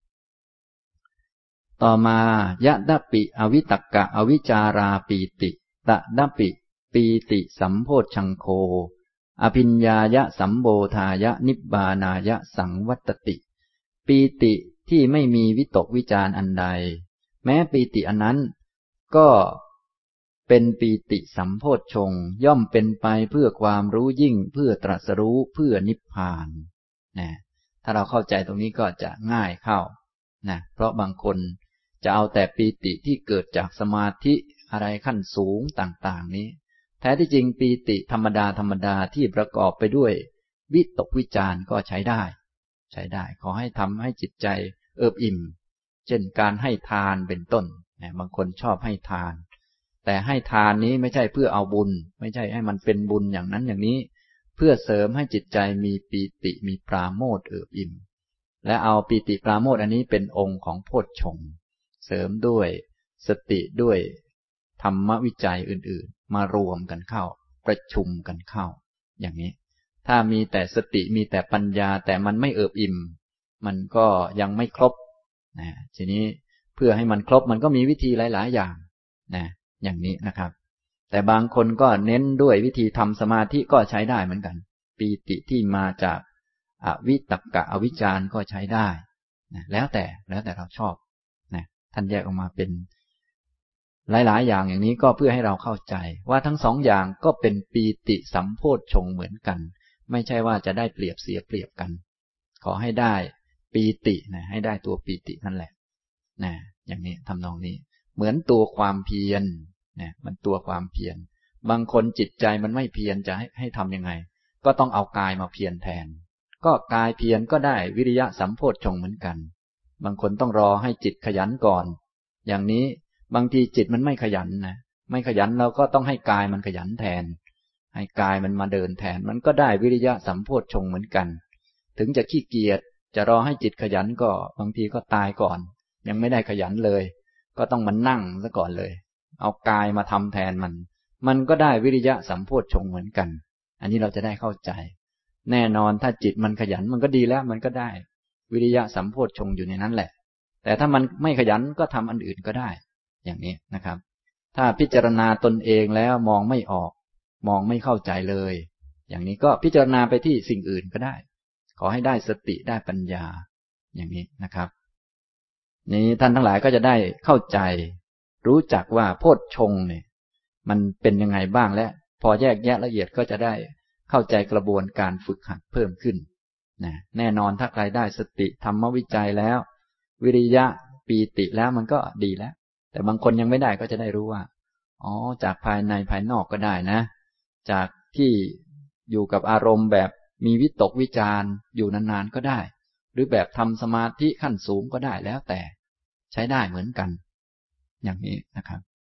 ต่อมายะดปิอวิตักกะอวิจาราปีติตะดปิปีติสัมโพชฌังโฆอภิญญายะสัมโบธายะนิบบานายะสังวัตติปีติที่ไม่มีวิตกวิจารอันใดแม้ปีติอันนั้นก็เป็นปีติสัมโพชฌงค์ย่อมเป็นไปเพื่อความรู้ยิ่งเพื่อตรัสรู้เพื่อนิพพานนะถ้าเราเข้าใจตรงนี้ก็จะง่ายเข้านะเพราะบางคนจะเอาแต่ปีติที่เกิดจากสมาธิอะไรขั้นสูงต่างๆนี้แท้ที่จริงปีติธรรมดาที่ประกอบไปด้วยวิตกวิจารก็ใช้ได้ขอให้ทำให้จิตใจเอิบอิ่มเช่นการให้ทานเป็นต้นนะบางคนชอบให้ทานแต่ให้ทานนี้ไม่ใช่เพื่อเอาบุญไม่ใช่ให้มันเป็นบุญอย่างนั้นอย่างนี้เพื่อเสริมให้จิตใจมีปีติมีปราโมทย์เอิบอิ่มและเอาปีติปราโมทย์อันนี้เป็นองค์ของโพชฌงค์เสริมด้วยสติด้วยธรรมวิจัยอื่นๆมารวมกันเข้าประชุมกันเข้าอย่างนี้ถ้ามีแต่สติมีแต่ปัญญาแต่มันไม่เอิบอิ่มมันก็ยังไม่ครบนะทีนี้เพื่อให้มันครบมันก็มีวิธีหลายๆอย่างนะอย่างนี้นะครับแต่บางคนก็เน้นด้วยวิธีทำสมาธิก็ใช้ได้เหมือนกันปีติที่มาจากอวิตักกะอวิจารก็ใช้ได้นะแล้วแต่เราชอบนะท่านแยกออกมาเป็นหลายๆอย่างอย่างนี้ก็เพื่อให้เราเข้าใจว่าทั้งสองอย่างก็เป็นปีติสัมโพชฌงค์เหมือนกันไม่ใช่ว่าจะได้เปรียบเสียเปรียบกันขอให้ได้ปีตินะให้ได้ตัวปีตินั่นแหละนะอย่างนี้ทำนองนี้เหมือนตัวความเพียรนะมันตัวความเพียรบางคนจิตใจมันไม่เพียรจะให้ทำยังไงก็ต้องเอากายมาเพียรแทนก็กายเพียรก็ได้วิริยะสัมโพชฌงค์เหมือนกันบางคนต้องรอให้จิตขยันก่อนอย่างนี้บางทีจิตมันไม่ขยันนะไม่ขยันเราก็ต้องให้กายมันขยันแทนให้กายมันมาเดินแทนมันก็ได้วิริยะสัมโพชฌงค์เหมือนกันถึงจะขี้เกียจจะรอให้จิตขยันก็บางทีก็ตายก่อนยังไม่ได้ขยันเลยก็ต้องมานั่งซะก่อนเลยเอากายมาทำแทนมันก็ได้วิริยะสัมโพชฌงค์เหมือนกันอันนี้เราจะได้เข้าใจแน่นอนถ้าจิตมันขยันมันก็ดีแล้วมันก็ได้วิริยะสัมโพชฌงค์อยู่ในนั้นแหละแต่ถ้ามันไม่ขยันก็ทำอันอื่นก็ได้อย่างนี้นะครับถ้าพิจารณาตนเองแล้วมองไม่ออกมองไม่เข้าใจเลยอย่างนี้ก็พิจารณาไปที่สิ่งอื่นก็ได้ขอให้ได้สติได้ปัญญาอย่างนี้นะครับนี้ท่านทั้งหลายก็จะได้เข้าใจรู้จักว่าโพชฌงค์เนี่ยมันเป็นยังไงบ้างและพอแยกแยะละเอียดก็จะได้เข้าใจกระบวนการฝึกหัดเพิ่มขึ้นนะแน่นอนถ้าใครได้สติธรรมวิจัยแล้ววิริยะปีติแล้วมันก็ดีแล้วแต่บางคนยังไม่ได้ก็จะได้รู้ว่าอ๋อจากภายในภายนอกก็ได้นะจากที่อยู่กับอารมณ์แบบมีวิตกวิจารอยู่นานๆก็ได้หรือแบบทำสมาธิขั้นสูงก็ได้แล้วแต่ใช้ได้เหมือนกันอย่างนี้นะครับ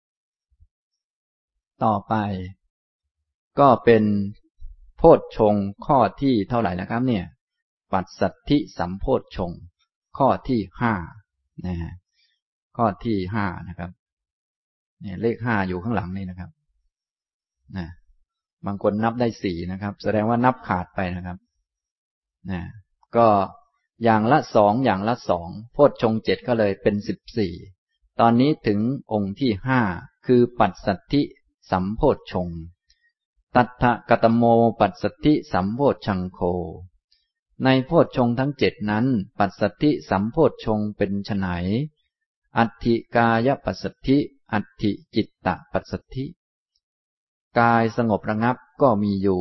ต่อไปก็เป็นโพชฌงค์ข้อที่เท่าไหร่นะครับเนี่ยปัสสัทธิสัมโพชฌงค์ข้อที่5นะฮะข้อที่5นะครับเนี่ยเลข5อยู่ข้างหลังนี่นะครับนะบางคนนับได้สี่นะครับแสดงว่านับขาดไปนะครับนะก็อย่างละสองอย่างละสองโพชฌงค์เจ็ดก็เลยเป็น14ตอนนี้ถึงองค์ที่ห้าคือปัสสัทธิสัมโพชฌงค์ตัทธกตโมปัสสัทธิสัมโพชฌังโฆในโพชฌงค์ทั้งเจ็ดนั้นปัสสัทธิสัมโพชฌงค์เป็นไฉนอัตถิกายปัสสัทธิอัตถิจิตตปัสสัทธิกายสงบระงับก็มีอยู่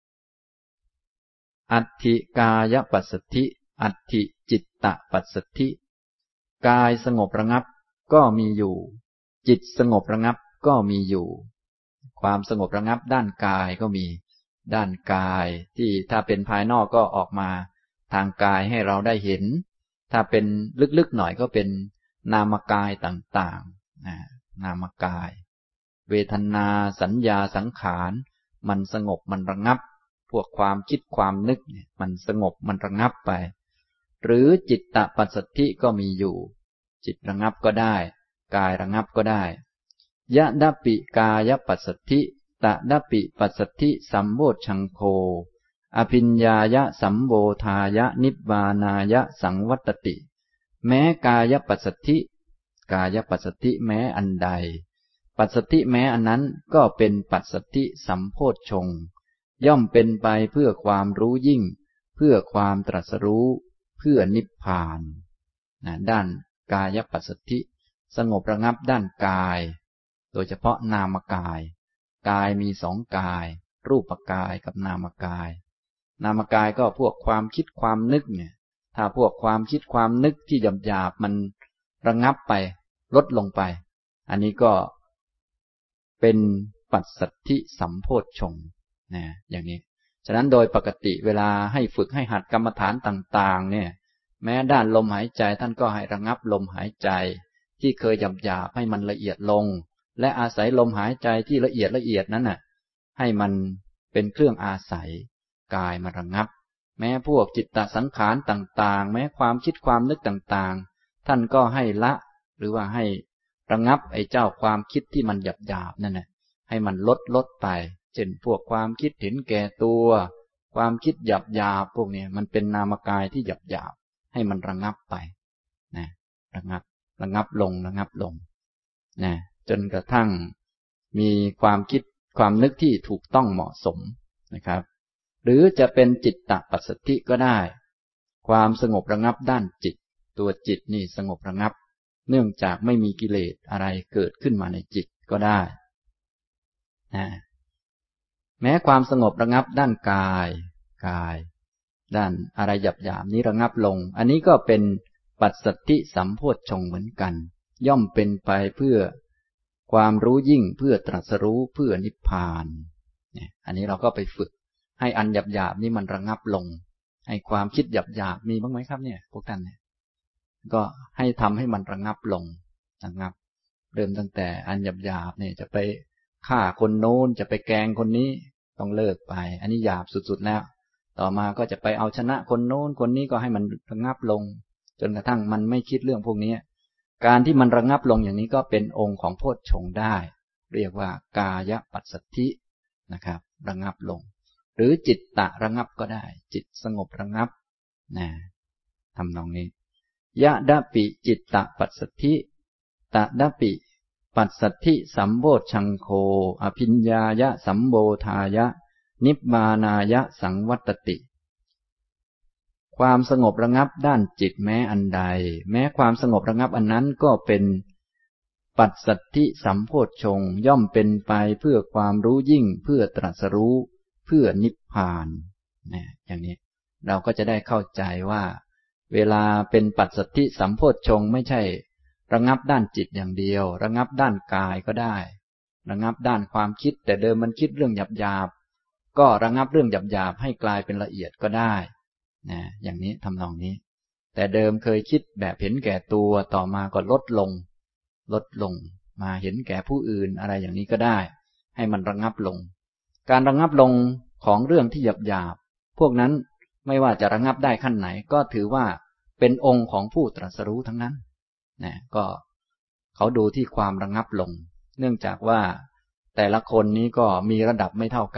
อัตถิกายปัสสัทธิอัตถิจิตตปัสสัทธิกายสงบระงับก็มีอยู่จิตสงบระงับก็มีอยู่ความสงบระงับด้านกายก็มีด้านกายที่ถ้าเป็นภายนอกก็ออกมาทางกายให้เราได้เห็นถ้าเป็นลึกๆหน่อยก็เป็นนามกายต่างๆนามกายเวทนาสัญญาสังขารมันสงบมันระงับพวกความคิดความนึกมันสงบมันระงับไปหรือจิตตปัสสัทธิก็มีอยู่จิตระงับก็ได้กายระงับก็ได้ยะดัปปิกายปัสสัทธิตะดัปปิปัสสัทธิสัมโพชฌังโฆอภิญญายะสัมโวทายะนิบบานายะสังวัตติแม้กายปัสสัทธิกายปัสสัทธิแม้อันใดปัสสัทธิแม้อันนั้นก็เป็นปัสสัทธิสัมโพชฌงค์ย่อมเป็นไปเพื่อความรู้ยิ่งเพื่อความตรัสรู้เพื่อนิพพานด้านกายปัสสัทธิสงบระงับด้านกายโดยเฉพาะนามกายกายมีสองกายรูปกายกับนามกายนามกายก็พวกความคิดความนึกเนี่ยถ้าพวกความคิดความนึกที่หยาบๆมันระงับไปลดลงไปอันนี้ก็เป็นปัสสัทธิสัมโพชฌงค์อย่างนี้ฉะนั้นโดยปกติเวลาให้ฝึกให้หัดกรรมฐานต่างๆเนี่ยแม้ด้านลมหายใจท่านก็ให้ระงับลมหายใจที่เคยหยาบๆให้มันละเอียดลงและอาศัยลมหายใจที่ละเอียดนั้นน่ะให้มันเป็นเครื่องอาศัยกายมาระงับแม้พวกจิตตสังขารต่างๆแม้ความคิดความนึกต่างๆท่านก็ให้ละหรือว่าให้ระงับไอ้เจ้าความคิดที่มันหยาบๆนั่นน่ะให้มันลดไปเช่นพวกความคิดเห็นแก่ตัวความคิดหยาบๆพวกนี้มันเป็นนามกายที่หยาบๆให้มันระงับไปนะระงับลงนะจนกระทั่งมีความคิดความนึกที่ถูกต้องเหมาะสมนะครับหรือจะเป็นจิตตปัสสัทธิก็ได้ความสงบระงับด้านจิตตัวจิตนี่สงบระงับเนื่องจากไม่มีกิเลสอะไรเกิดขึ้นมาในจิตก็ได้นะแม้ความสงบระงับด้านกายด้านอะไรหยาบๆนี้ระงับลงอันนี้ก็เป็นปัสสัทธิสัมโพชฌงค์เหมือนกันย่อมเป็นไปเพื่อความรู้ยิ่งเพื่อตรัสรู้เพื่อนิพพานอันนี้เราก็ไปฝึกให้อันหยาบๆนี้มันระงับลงให้ความคิดหยาบๆมีบ้างไหมครับเนี่ยพวกท่านเนี่ยก็ให้ทำให้มันระงับลงระงับเริ่มตั้งแต่อันหยาบๆเนี่ยจะไปฆ่าคนโน้นจะไปแกล้งคนนี้ต้องเลิกไปอันนี้หยาบสุดๆแล้วต่อมาก็จะไปเอาชนะคนโน้นคนนี้ก็ให้มันระงับลงจนกระทั่งมันไม่คิดเรื่องพวกนี้การที่มันระงับลงอย่างนี้ก็เป็นองค์ของโพชฌงค์ได้เรียกว่ากายปัสสัทธินะครับระงับลงหรือจิตตะระงับก็ได้จิตสงบระงับทำนองนี้ยะดะปิจิตตปัสสัทธิตะดะปิปัสสัทธิสัมโพชฌังโฆอภิญญายะสัมโวทายะนิบบานายะสังวัตติความสงบระงับด้านจิตแม้อันใดแม้ความสงบระงับอันนั้นก็เป็นปัสสัทธิสัมโพชฌงค์ย่อมเป็นไปเพื่อความรู้ยิ่งเพื่อตรัสรู้เพื่อนิพพานอย่างนี้เราก็จะได้เข้าใจว่าเวลาเป็นปัสสัทธิสัมโพชฌงค์ไม่ใช่ระงับด้านจิตอย่างเดียวระงับด้านกายก็ได้ระงับด้านความคิดแต่เดิมมันคิดเรื่องหยาบๆก็ระงับเรื่องหยาบๆให้กลายเป็นละเอียดก็ได้อย่างนี้ทำนองนี้แต่เดิมเคยคิดแบบเห็นแก่ตัวต่อมาก็ลดลงมาเห็นแก่ผู้อื่นอะไรอย่างนี้ก็ได้ให้มันระงับลงการระงับลงของเรื่องที่หยาบๆพวกนั้นไม่ว่าจะระงับได้ขั้นไหนก็ถือว่าเป็นองค์ของผู้ตรัสรู้ทั้งนั้นก็เขาดูที่ความระงับลงเนื่องจากว่าแต่ละคนนี้ก็มีระดับไม่เท่ากัน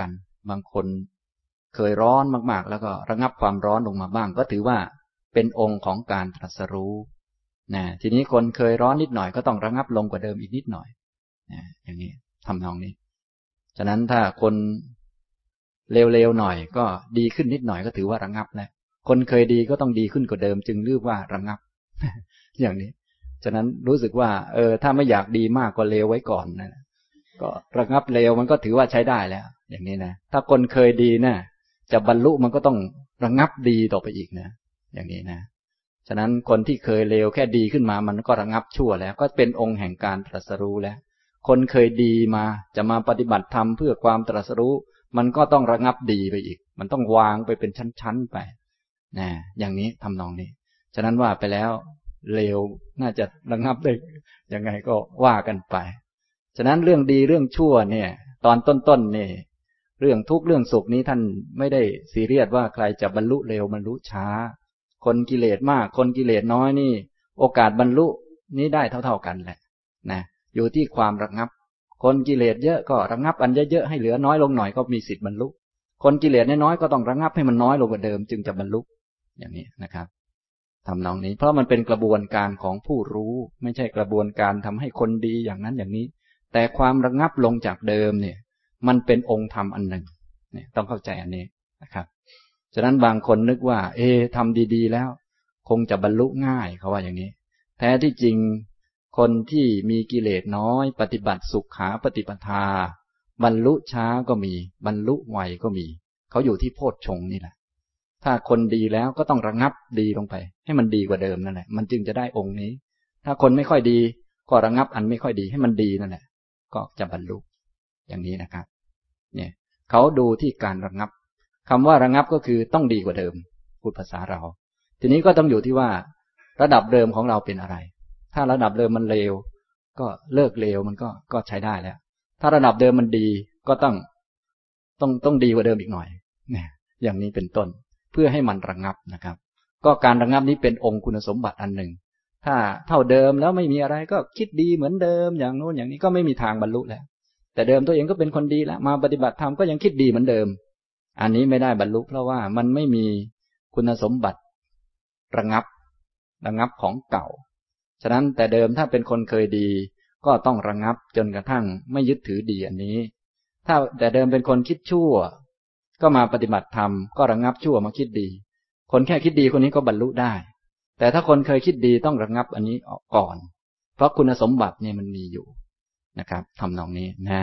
บางคนเคยร้อนมากๆแล้วก็ระงับความร้อนลงมาบ้างก็ถือว่าเป็นองค์ของการตรัสรู้นะทีนี้คนเคยร้อนนิดหน่อยก็ต้องระงับลงกว่าเดิมอีกนิดหน่อยนะอย่างนี้ทำนองนี้ฉะนั้นถ้าคนเร็วๆหน่อยก็ดีขึ้นนิดหน่อยก็ถือว่าระงับแล้วคนเคยดีก็ต้องดีขึ้นกว่าเดิมจึงเรียกว่าระงับ อย่างนี้ฉะนั้นรู้สึกว่าถ้าไม่อยากดีมากก็เลวไว้ก่อนนะก็ระงับเลวมันก็ถือว่าใช้ได้แล้วอย่างนี้นะถ้าคนเคยดีนะจะบรรลุมันก็ต้องระงับดีต่อไปอีกนะอย่างนี้นะฉะนั้นคนที่เคยเลวแค่ดีขึ้นมามันก็ระงับชั่วแล้วก็เป็นองค์แห่งการตรัสรู้แล้วคนเคยดีมาจะมาปฏิบัติธรรมเพื่อความตรัสรู้มันก็ต้องระงับดีไปอีกมันต้องวางไปเป็นชั้นๆไปนะอย่างนี้ทำนองนี้ฉะนั้นว่าไปแล้วเลวน่าจะระงับได้ยังไงก็ว่ากันไปฉะนั้นเรื่องดีเรื่องชั่วเนี่ยตอนต้นๆเนี่ยเรื่องทุกข์เรื่องสุขนี้ท่านไม่ได้ซีเรียสว่าใครจะบรรลุเร็วบรรลุช้าคนกิเลสมากคนกิเลสน้อยนี่โอกาสบรรลุนี้ได้เท่าๆกันแหละนะอยู่ที่ความระงับคนกิเลสเยอะก็ระงับอันเยอะๆให้เหลือน้อยลงหน่อยก็มีสิทธิ์บรรลุคนกิเลสน้อยๆก็ต้องระงับให้มันน้อยลงกว่าเดิมจึงจะบรรลุอย่างนี้นะครับทำนองนี้เพราะมันเป็นกระบวนการของผู้รู้ไม่ใช่กระบวนการทำให้คนดีอย่างนั้นอย่างนี้แต่ความระงับลงจากเดิมเนี่ยมันเป็นองค์ธรรมอันหนึ่งเนี่ยต้องเข้าใจอันนี้นะครับฉะนั้นบางคนนึกว่าทำดีๆแล้วคงจะบรรลุง่ายเขาว่าอย่างนี้แท้ที่จริงคนที่มีกิเลสน้อยปฏิบัติสุขาปฏิปทาบรรลุช้าก็มีบรรลุไวก็มีเขาอยู่ที่โพชฌงค์นี่แหละถ้าคนดีแล้วก็ต้องระงับดีลงไปให้มันดีกว่าเดิมนั่นแหละมันจึงจะได้องค์นี้ถ้าคนไม่ค่อยดีก็ระงับอันไม่ค่อยดีให้มันดีนั่นแหละก็จะบรรลุอย่างนี้นะครับเนี่ยเขาดูที่การระงับคำว่าระงับก็คือต้องดีกว่าเดิมพูดภาษาเราทีนี้ก็ต้องอยู่ที่ว่าระดับเดิมของเราเป็นอะไรถ้าระดับเดิมมันเลวก็เลิกเลวมันก็ใช้ได้แล้วถ้าระดับเดิมมันดีก็ต้องดีกว่าเดิมอีกหน่อยเนี่ยอย่างนี้เป็นต้นเพื่อให้มันระงับนะครับก็การระงับนี้เป็นองค์คุณสมบัติอันหนึ่งถ้าเท่าเดิมแล้วไม่มีอะไรก็คิดดีเหมือนเดิมอย่างโน้นอย่างนี้ก็ไม่มีทางบรรลุแล้วแต่เดิมตัวเองก็เป็นคนดีแล้วมาปฏิบัติธรรมก็ยังคิดดีเหมือนเดิมอันนี้ไม่ได้บรรลุเพราะว่ามันไม่มีคุณสมบัติระงับของเก่าฉะนั้นแต่เดิมถ้าเป็นคนเคยดีก็ต้องระงับจนกระทั่งไม่ยึดถือดีอันนี้ถ้าแต่เดิมเป็นคนคิดชั่วก็มาปฏิบัติธรรมก็ระงับชั่วมาคิดดีคนแค่คิดดีคนนี้ก็บรรลุได้แต่ถ้าคนเคยคิดดีต้องระงับอันนี้ออกก่อนเพราะคุณสมบัติเนี่ยมันมีอยู่นะครับทำนองนี้นะ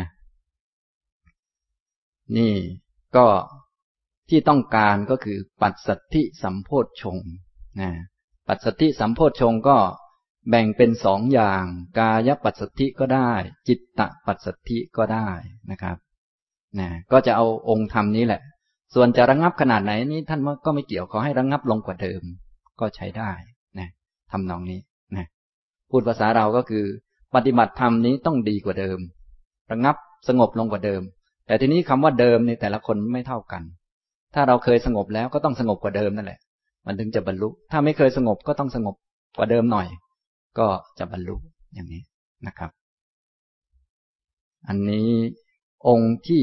นี่ก็ที่ต้องการก็คือปัสสัทธิสัมโพชฌงค์นะปัสสัทธิสัมโพชฌงค์ก็แบ่งเป็นสองอย่างกายปัสสัทธิก็ได้จิตตปัสสัทธิก็ได้นะครับนะก็จะเอาองค์ธรรมนี้แหละส่วนจะระงับขนาดไหนนี้ท่านก็ไม่เกี่ยวขอให้ระงับลงกว่าเดิมก็ใช้ได้นะทำนองนี้นะพูดภาษาเราก็คือปฏิบัติธรรมนี้ต้องดีกว่าเดิมระงับสงบลงกว่าเดิมแต่ทีนี้คำว่าเดิมในแต่ละคนไม่เท่ากันถ้าเราเคยสงบแล้วก็ต้องสงบกว่าเดิมนั่นแหละมันถึงจะบรรลุถ้าไม่เคยสงบก็ต้องสงบกว่าเดิมหน่อยก็จะบรรลุอย่างนี้นะครับอันนี้องค์ที่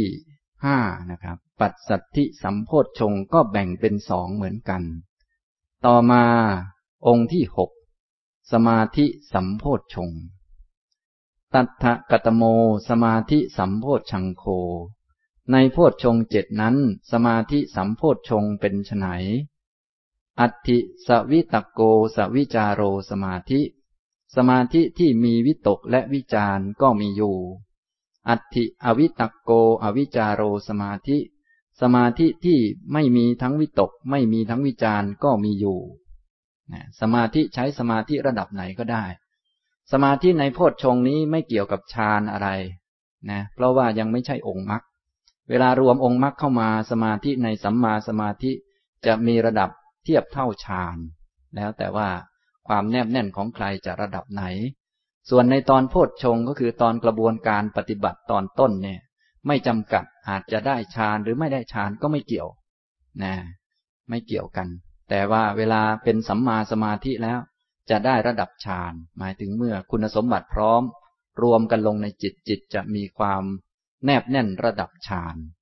5นะครับปัสสัทธิสัมโพชฌงค์ก็แบ่งเป็น2เหมือนกันต่อมาองค์ที่6สมาธิสัมโพชฌงค์ตัฏฐกัตโมสมาธิสัมโพชฌังโฆในโพชฌงค์7นั้นสมาธิสัมโพชฌงค์เป็นไฉนอัตถิสวิตโกสวิจารโรสมาธิสมาธิที่มีวิตกและวิจารก็มีอยู่อัตถิอวิตโกอวิจารโรสมาธิสมาธิที่ไม่มีทั้งวิตกไม่มีทั้งวิจารก็มีอยู่สมาธิใช้สมาธิระดับไหนก็ได้สมาธิในโพชฌงค์นี้ไม่เกี่ยวกับฌานอะไรนะเพราะว่ายังไม่ใช่องค์มรรคเวลารวมองค์มรรคเข้ามาสมาธิในสัมมาสมาธิจะมีระดับเทียบเท่าฌานแล้วแต่ว่าความแนบแน่นของใครจะระดับไหนส่วนในตอนโพชฌงค์ก็คือตอนกระบวนการปฏิบัติตอนต้นเนี่ยไม่จำกัดอาจจะได้ฌานหรือไม่ได้ฌานก็ไม่เกี่ยวนะไม่เกี่ยวกันแต่ว่าเวลาเป็นสัมมาสมาธิแล้วจะได้ระดับฌานหมายถึงเมื่อคุณสมบัติพร้อมรวมกันลงในจิตจะมีความแนบแน่นระดับฌาน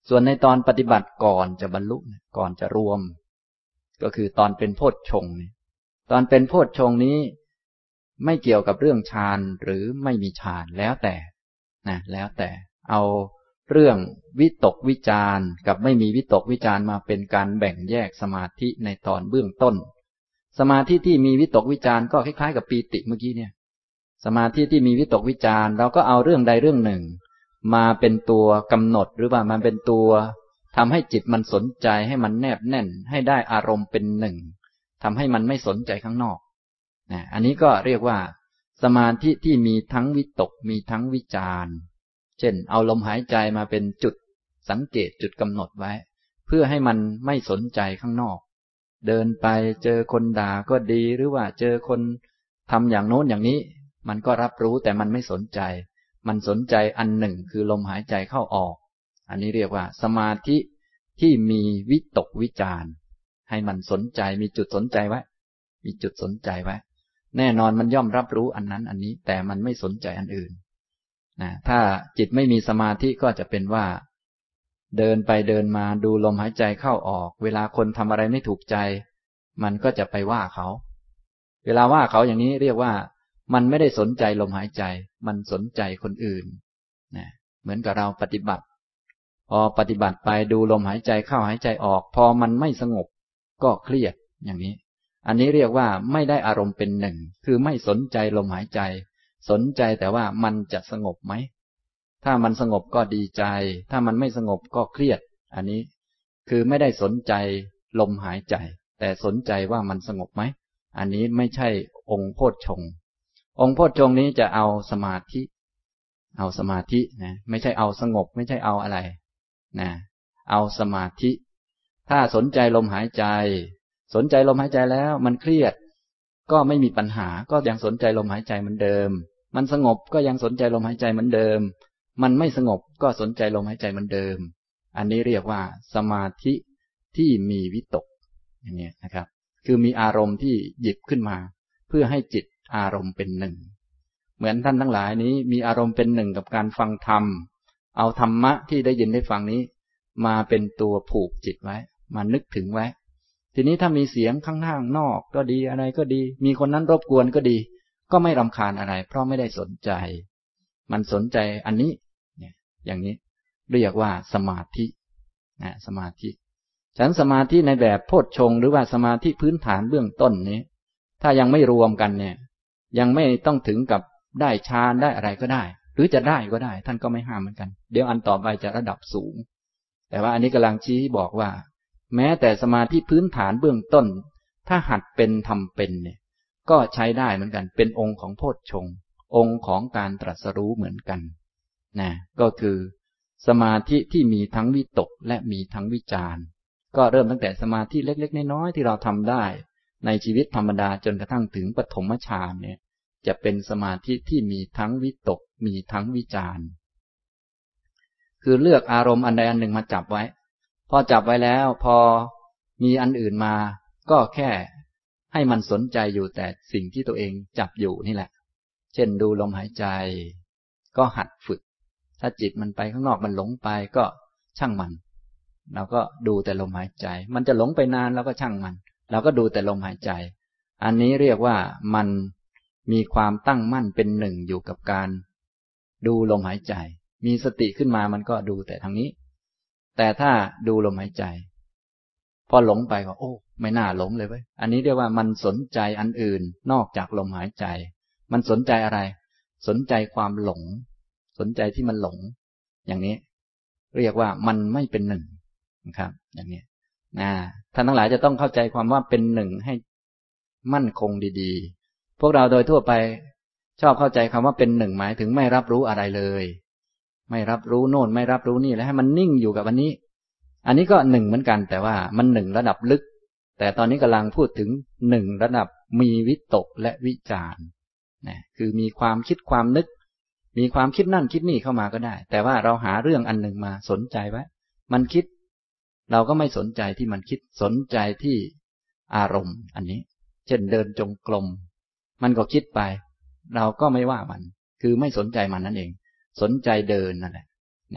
ส่วนในตอนปฏิบัติก่อนจะบรรลุก่อนจะรวมก็คือตอนเป็นโพชฌงค์ตอนเป็นโพชฌงค์นี้ไม่เกี่ยวกับเรื่องฌานหรือไม่มีฌานแล้วแต่แล้วแต่เอาเรื่องวิตกวิจารกับไม่มีวิตกวิจารมาเป็นการแบ่งแยกสมาธิในตอนเบื้องต้นสมาธิที่มีวิตกวิจารก็คล้ายๆกับปีติเมื่อกี้เนี่ยสมาธิที่มีวิตกวิจารเราก็เอาเรื่องใดเรื่องหนึ่งมาเป็นตัวกำหนดหรือว่ามันเป็นตัวทำให้จิตมันสนใจให้มันแนบแน่นให้ได้อารมณ์เป็นหนึ่งทำให้มันไม่สนใจข้างนอกอันนี้ก็เรียกว่าสมาธิที่มีทั้งวิตกมีทั้งวิจารเช่นเอาลมหายใจมาเป็นจุดสังเกตจุดกำหนดไว้เพื่อให้มันไม่สนใจข้างนอกเดินไปเจอคนด่าก็ดีหรือว่าเจอคนทำอย่างโน้นอย่างนี้มันก็รับรู้แต่มันไม่สนใจมันสนใจอันหนึ่งคือลมหายใจเข้าออกอันนี้เรียกว่าสมาธิที่มีวิตกวิจารให้มันสนใจมีจุดสนใจไว้มีจุดสนใจไว้แน่นอนมันย่อมรับรู้อันนั้นอันนี้แต่มันไม่สนใจอันอื่นถ้าจิตไม่มีสมาธิก็จะเป็นว่าเดินไปเดินมาดูลมหายใจเข้าออกเวลาคนทำอะไรไม่ถูกใจมันก็จะไปว่าเขาเวลาว่าเขาอย่างนี้เรียกว่ามันไม่ได้สนใจลมหายใจมันสนใจคนอื่นเหมือนกับเราปฏิบัติพอปฏิบัติไปดูลมหายใจเข้าหายใจออกพอมันไม่สงบก็เครียดอย่างนี้อันนี้เรียกว่าไม่ได้อารมณ์เป็นหนึ่งคือไม่สนใจลมหายใจสนใจแต่ว่ามันจะสงบไหมถ้ามันสงบก็ดีใจถ้ามันไม่สงบก็เครียดอันนี้คือไม่ได้สนใจลมหายใจแต่สนใจว่ามันสงบไหมอันนี้ไม่ใช่องค์โพชฌงค์องค์โพชฌงค์นี้จะเอาสมาธิไม่ใช่เอาสงบไม่ใช่เอาอะไรเอาสมาธิถ้าสนใจลมหายใจสนใจลมหายใจแล้วมันเครียดก็ไม่มีปัญหาก็ยังสนใจลมหายใจเหมือนเดิมมันสงบก็ยังสนใจลมหายใจเหมือนเดิมมันไม่สงบก็สนใจลมหายใจเหมือนเดิมอันนี้เรียกว่าสมาธิที่มีวิตกอย่างนี้นะครับคือมีอารมณ์ที่หยิบขึ้นมาเพื่อให้จิตอารมณ์เป็นหนึ่งเหมือนท่านทั้งหลายนี้มีอารมณ์เป็นหนึ่งกับการฟังธรรมเอาธรรมะที่ได้ยินได้ฟังนี้มาเป็นตัวผูกจิตไว้มานึกถึงไว้ทีนี้ถ้ามีเสียงข้างนอกก็ดีอะไรก็ดีมีคนนั้นรบกวนก็ดีก็ไม่รำคาญอะไรเพราะไม่ได้สนใจมันสนใจอันนี้อย่างนี้เรียกว่าสมาธิสมาธิฉันสมาธิในแบบโพชฌงค์หรือว่าสมาธิพื้นฐานเบื้องต้นนี้ถ้ายังไม่รวมกันเนี่ยยังไม่ต้องถึงกับได้ฌานได้อะไรก็ได้หรือจะได้ก็ได้ท่านก็ไม่ห้ามเหมือนกันเดี๋ยวอันต่อไปจะระดับสูงแต่ว่าอันนี้กำลังชี้บอกว่าแม้แต่สมาธิพื้นฐานเบื้องต้นถ้าหัดเป็นทำเป็นเนี่ยก็ใช้ได้เหมือนกันเป็นองค์ของโพชฌงค์องค์ของการตรัสรู้เหมือนกันก็คือสมาธิที่มีทั้งวิตกและมีทั้งวิจารก็เริ่มตั้งแต่สมาธิเล็กๆน้อยๆที่เราทำได้ในชีวิตธรรมดาจนกระทั่งถึงปฐมฌานเนี่ยจะเป็นสมาธิที่มีทั้งวิตกมีทั้งวิจารคือเลือกอารมณ์อันใดอันหนึ่งมาจับไว้พอจับไว้แล้วพอมีอันอื่นมาก็แค่ให้มันสนใจอยู่แต่สิ่งที่ตัวเองจับอยู่นี่แหละเช่นดูลมหายใจก็หัดฝึกถ้าจิตมันไปข้างนอกมันหลงไปก็ช่างมันเราก็ดูแต่ลมหายใจมันจะหลงไปนานเราก็ช่างมันเราก็ดูแต่ลมหายใจอันนี้เรียกว่ามันมีความตั้งมั่นเป็นหนึ่งอยู่กับการดูลมหายใจมีสติขึ้นมามันก็ดูแต่ทางนี้แต่ถ้าดูลมหายใจพอหลงไปก็โอ้ไม่น่าหลงเลยเว้ยอันนี้เรียกว่ามันสนใจอันอื่นนอกจากลมหายใจมันสนใจอะไรสนใจความหลงสนใจที่มันหลงอย่างนี้เรียกว่ามันไม่เป็นหนึ่งนะครับอย่างนี้ท่านทั้งหลายจะต้องเข้าใจความว่าเป็นหนึ่งให้มั่นคงดีๆพวกเราโดยทั่วไปชอบเข้าใจคำว่าเป็นหนึ่งหมายถึงไม่รับรู้อะไรเลยไม่รับรู้โน่นไม่รับรู้นี่แล้วให้มันนิ่งอยู่กับอันนี้ก็หนึ่งเหมือนกันแต่ว่ามันหนึ่งระดับลึกแต่ตอนนี้กำลังพูดถึงหนึ่งระดับมีวิตกและวิจารคือมีความคิดความนึกมีความคิดนั่นคิดนี่เข้ามาก็ได้แต่ว่าเราหาเรื่องอันหนึ่งมาสนใจไว้มันคิดเราก็ไม่สนใจที่มันคิดสนใจที่อารมณ์อันนี้เช่นเดินจงกรมมันก็คิดไปเราก็ไม่ว่ามันคือไม่สนใจมันนั่นเองสนใจเดินนั่นแหละ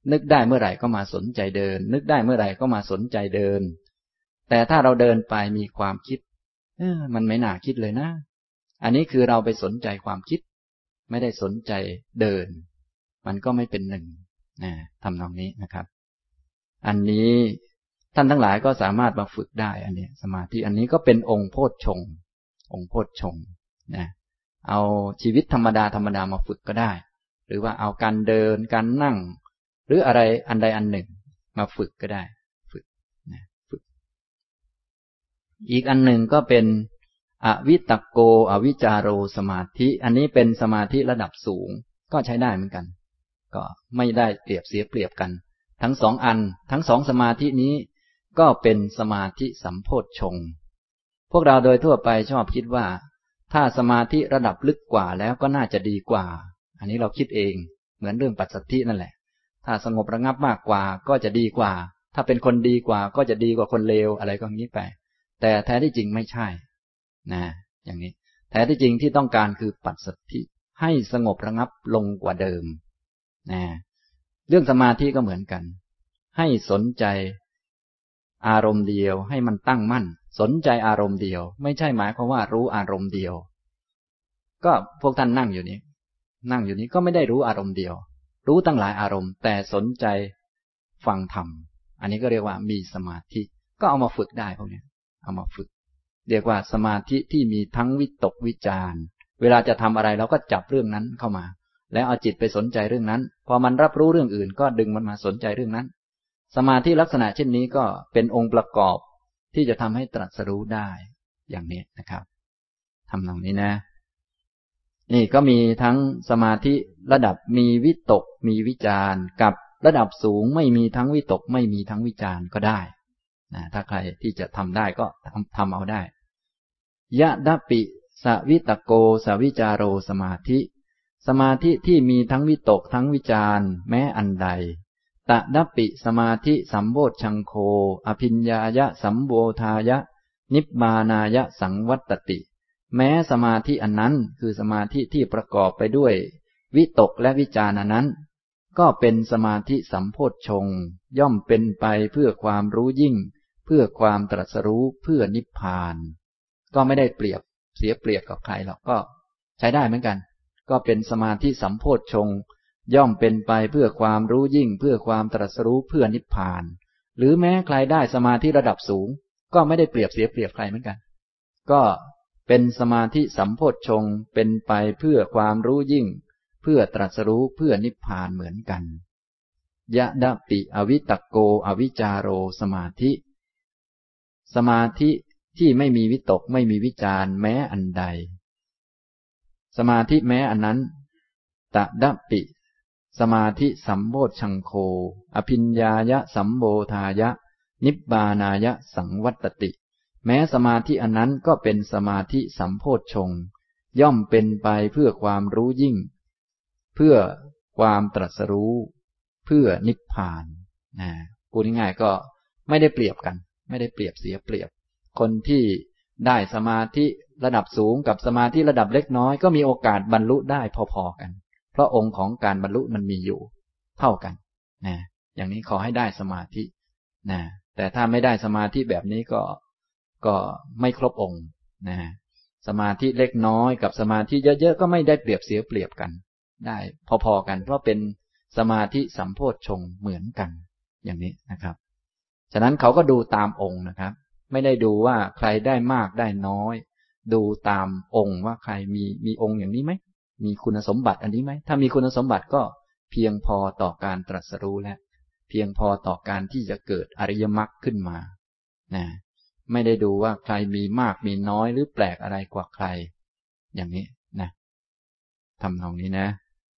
นึกได้เมื่อไหร่ก็มาสนใจเดินนึกได้เมื่อไหร่ก็มาสนใจเดินแต่ถ้าเราเดินไปมีความคิดมันไม่น่าคิดเลยนะอันนี้คือเราไปสนใจความคิดไม่ได้สนใจเดินมันก็ไม่เป็นหนึ่งทำนองนี้นะครับอันนี้ท่านทั้งหลายก็สามารถมาฝึกได้อันนี้สมาธิอันนี้ก็เป็นองค์โพชฌงค์องค์โพชฌงค์นะเอาชีวิตธรรมดาธรรมดามาฝึกก็ได้หรือว่าเอาการเดินการนั่งหรืออะไรอันใดอันหนึ่งมาฝึกก็ได้ฝึกฝึกอีกอันหนึ่งก็เป็นอวิตตโกอวิจารโรสมาธิอันนี้เป็นสมาธิระดับสูงก็ใช้ได้เหมือนกันก็ไม่ได้เปรียบเสียเปรียบกันทั้งสองอันทั้งสองสมาธินี้ก็เป็นสมาธิสัมโพชฌงค์พวกเราโดยทั่วไปชอบคิดว่าถ้าสมาธิระดับลึกกว่าแล้วก็น่าจะดีกว่าอันนี้เราคิดเองเหมือนเรื่องปัสสัทธินั่นแหละถ้าสงบระงับมากกว่าก็จะดีกว่าถ้าเป็นคนดีกว่าก็จะดีกว่าคนเลวอะไรก็อย่างนี้ไปแต่แท้ที่จริงไม่ใช่นะอย่างนี้แท้ที่จริงที่ต้องการคือปัสสัทธิให้สงบระงับลงกว่าเดิมนะเรื่องสมาธิก็เหมือนกันให้สนใจอารมณ์เดียวให้มันตั้งมั่นสนใจอารมณ์เดียวไม่ใช่หมายความว่ารู้อารมณ์เดียวก็พวกท่านนั่งอยู่นี้ก็ไม่ได้รู้อารมณ์เดียวรู้ตั้งหลายอารมณ์แต่สนใจฟังธรรมอันนี้ก็เรียกว่ามีสมาธิก็เอามาฝึกได้พวกนี้เอามาฝึกเรียกว่าสมาธิที่มีทั้งวิตกวิจารเวลาจะทำอะไรเราก็จับเรื่องนั้นเข้ามาแล้วเอาจิตไปสนใจเรื่องนั้นพอมันรับรู้เรื่องอื่นก็ดึงมันมาสนใจเรื่องนั้นสมาธิลักษณะเช่นนี้ก็เป็นองค์ประกอบที่จะทำให้ตรัสรู้ได้อย่างนี้นะครับทำตรงนี้นะนี่ก็มีทั้งสมาธิระดับมีวิตกมีวิจารกับระดับสูงไม่มีทั้งวิตกไม่มีทั้งวิจารก็ได้นะถ้าใครที่จะทำได้ก็ทำเอาได้ยะดปิสวิตโกสวิจารโรสมาธิสมาธิที่มีทั้งวิตกทั้งวิจารแม้อันใดตะดัปปิสมาธิสัมโพชฌังโฆอภิญญายะสัมโวทายะนิพพานายะสังวัตติแม้สมาธิอันนั้นคือสมาธิที่ประกอบไปด้วยวิตกและวิจารณ์นั้นก็เป็นสมาธิสัมโพชฌงค์ย่อมเป็นไปเพื่อความรู้ยิ่งเพื่อความตรัสรู้เพื่อนิพพานก็ไม่ได้เปรียบเสียเปรียบกับใครหรอกก็ใช้ได้เหมือนกันก็เป็นสมาธิสัมโพชฌงค์ย่อมเป็นไปเพื่อความรู้ยิ่งเพื่อความตรัสรู้เพื่อนิพพานหรือแม้ใครได้สมาธิระดับสูงก็ไม่ได้เปรียบเสียเปรียบใครเหมือนกันก็เป็นสมาธิสัมโพชฌงค์เป็นไปเพื่อความรู้ยิ่งเพื่อตรัสรู้เพื่อนิพพานเหมือนกันยะดปิอวิตโกอวิจารโรสมาธิสมาธิที่ไม่มีวิตกไม่มีวิจารแม้อันใดสมาธิแม้อันนั้นตะดัปปิสมาธิสัมโพชฌังโฆอภิญญายะสัมโวทายะนิพพานายะสังวัตติแม้สมาธิอันนั้นก็เป็นสมาธิสัมโพชฌงค์ย่อมเป็นไปเพื่อความรู้ยิ่งเพื่อความตรัสรู้เพื่อนิพพานพูดง่ายๆก็ไม่ได้เปรียบกันไม่ได้เปรียบเสียเปรียบคนที่ได้สมาธิระดับสูงกับสมาธิระดับเล็กน้อยก็มีโอกาสบรรลุได้พอๆกันเพราะองค์ของการบรรลุมันมีอยู่เท่ากันอย่างนี้ขอให้ได้สมาธิแต่ถ้าไม่ได้สมาธิแบบนี้ก็ไม่ครบองค์สมาธิเล็กน้อยกับสมาธิเยอะๆก็ไม่ได้เปรียบเสียเปรียบกันได้พอๆกันเพราะเป็นสมาธิสัมโพชฌงค์เหมือนกันอย่างนี้นะครับฉะนั้นเขาก็ดูตามองค์นะครับไม่ได้ดูว่าใครได้มากได้น้อยดูตามองค์ว่าใครมีองค์อย่างนี้ไหมมีคุณสมบัติอันนี้ไหมถ้ามีคุณสมบัติก็เพียงพอต่อการตรัสรู้และเพียงพอต่อการที่จะเกิดอริยมรรคขึ้นมาไม่ได้ดูว่าใครมีมากมีน้อยหรือแปลกอะไรกว่าใครอย่างนี้นะทำตรงนี้นะ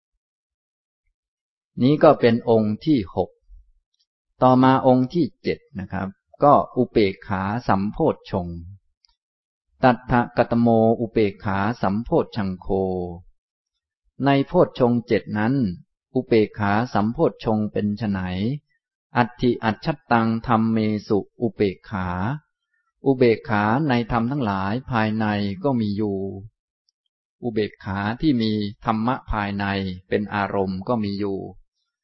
นี้ก็เป็นองค์ที่6ต่อมาองค์ที่7นะครับก็อุเบกขาสัมโพชฌงค์ตัฏฐกัตโมอุเบกขาสัมโพชฌังโฆในโพชฌงค์7นั้นอุเบกขาสัมโพชฌงค์เป็นไฉนอัตถิอัจฉัตตังธัมเมสุอุเบกขาอุเบกขาในธรรมทั้งหลายภายในก็มีอยู่อุเบกขาที่มีธรรมะภายในเป็นอารมณ์ก็มีอยู่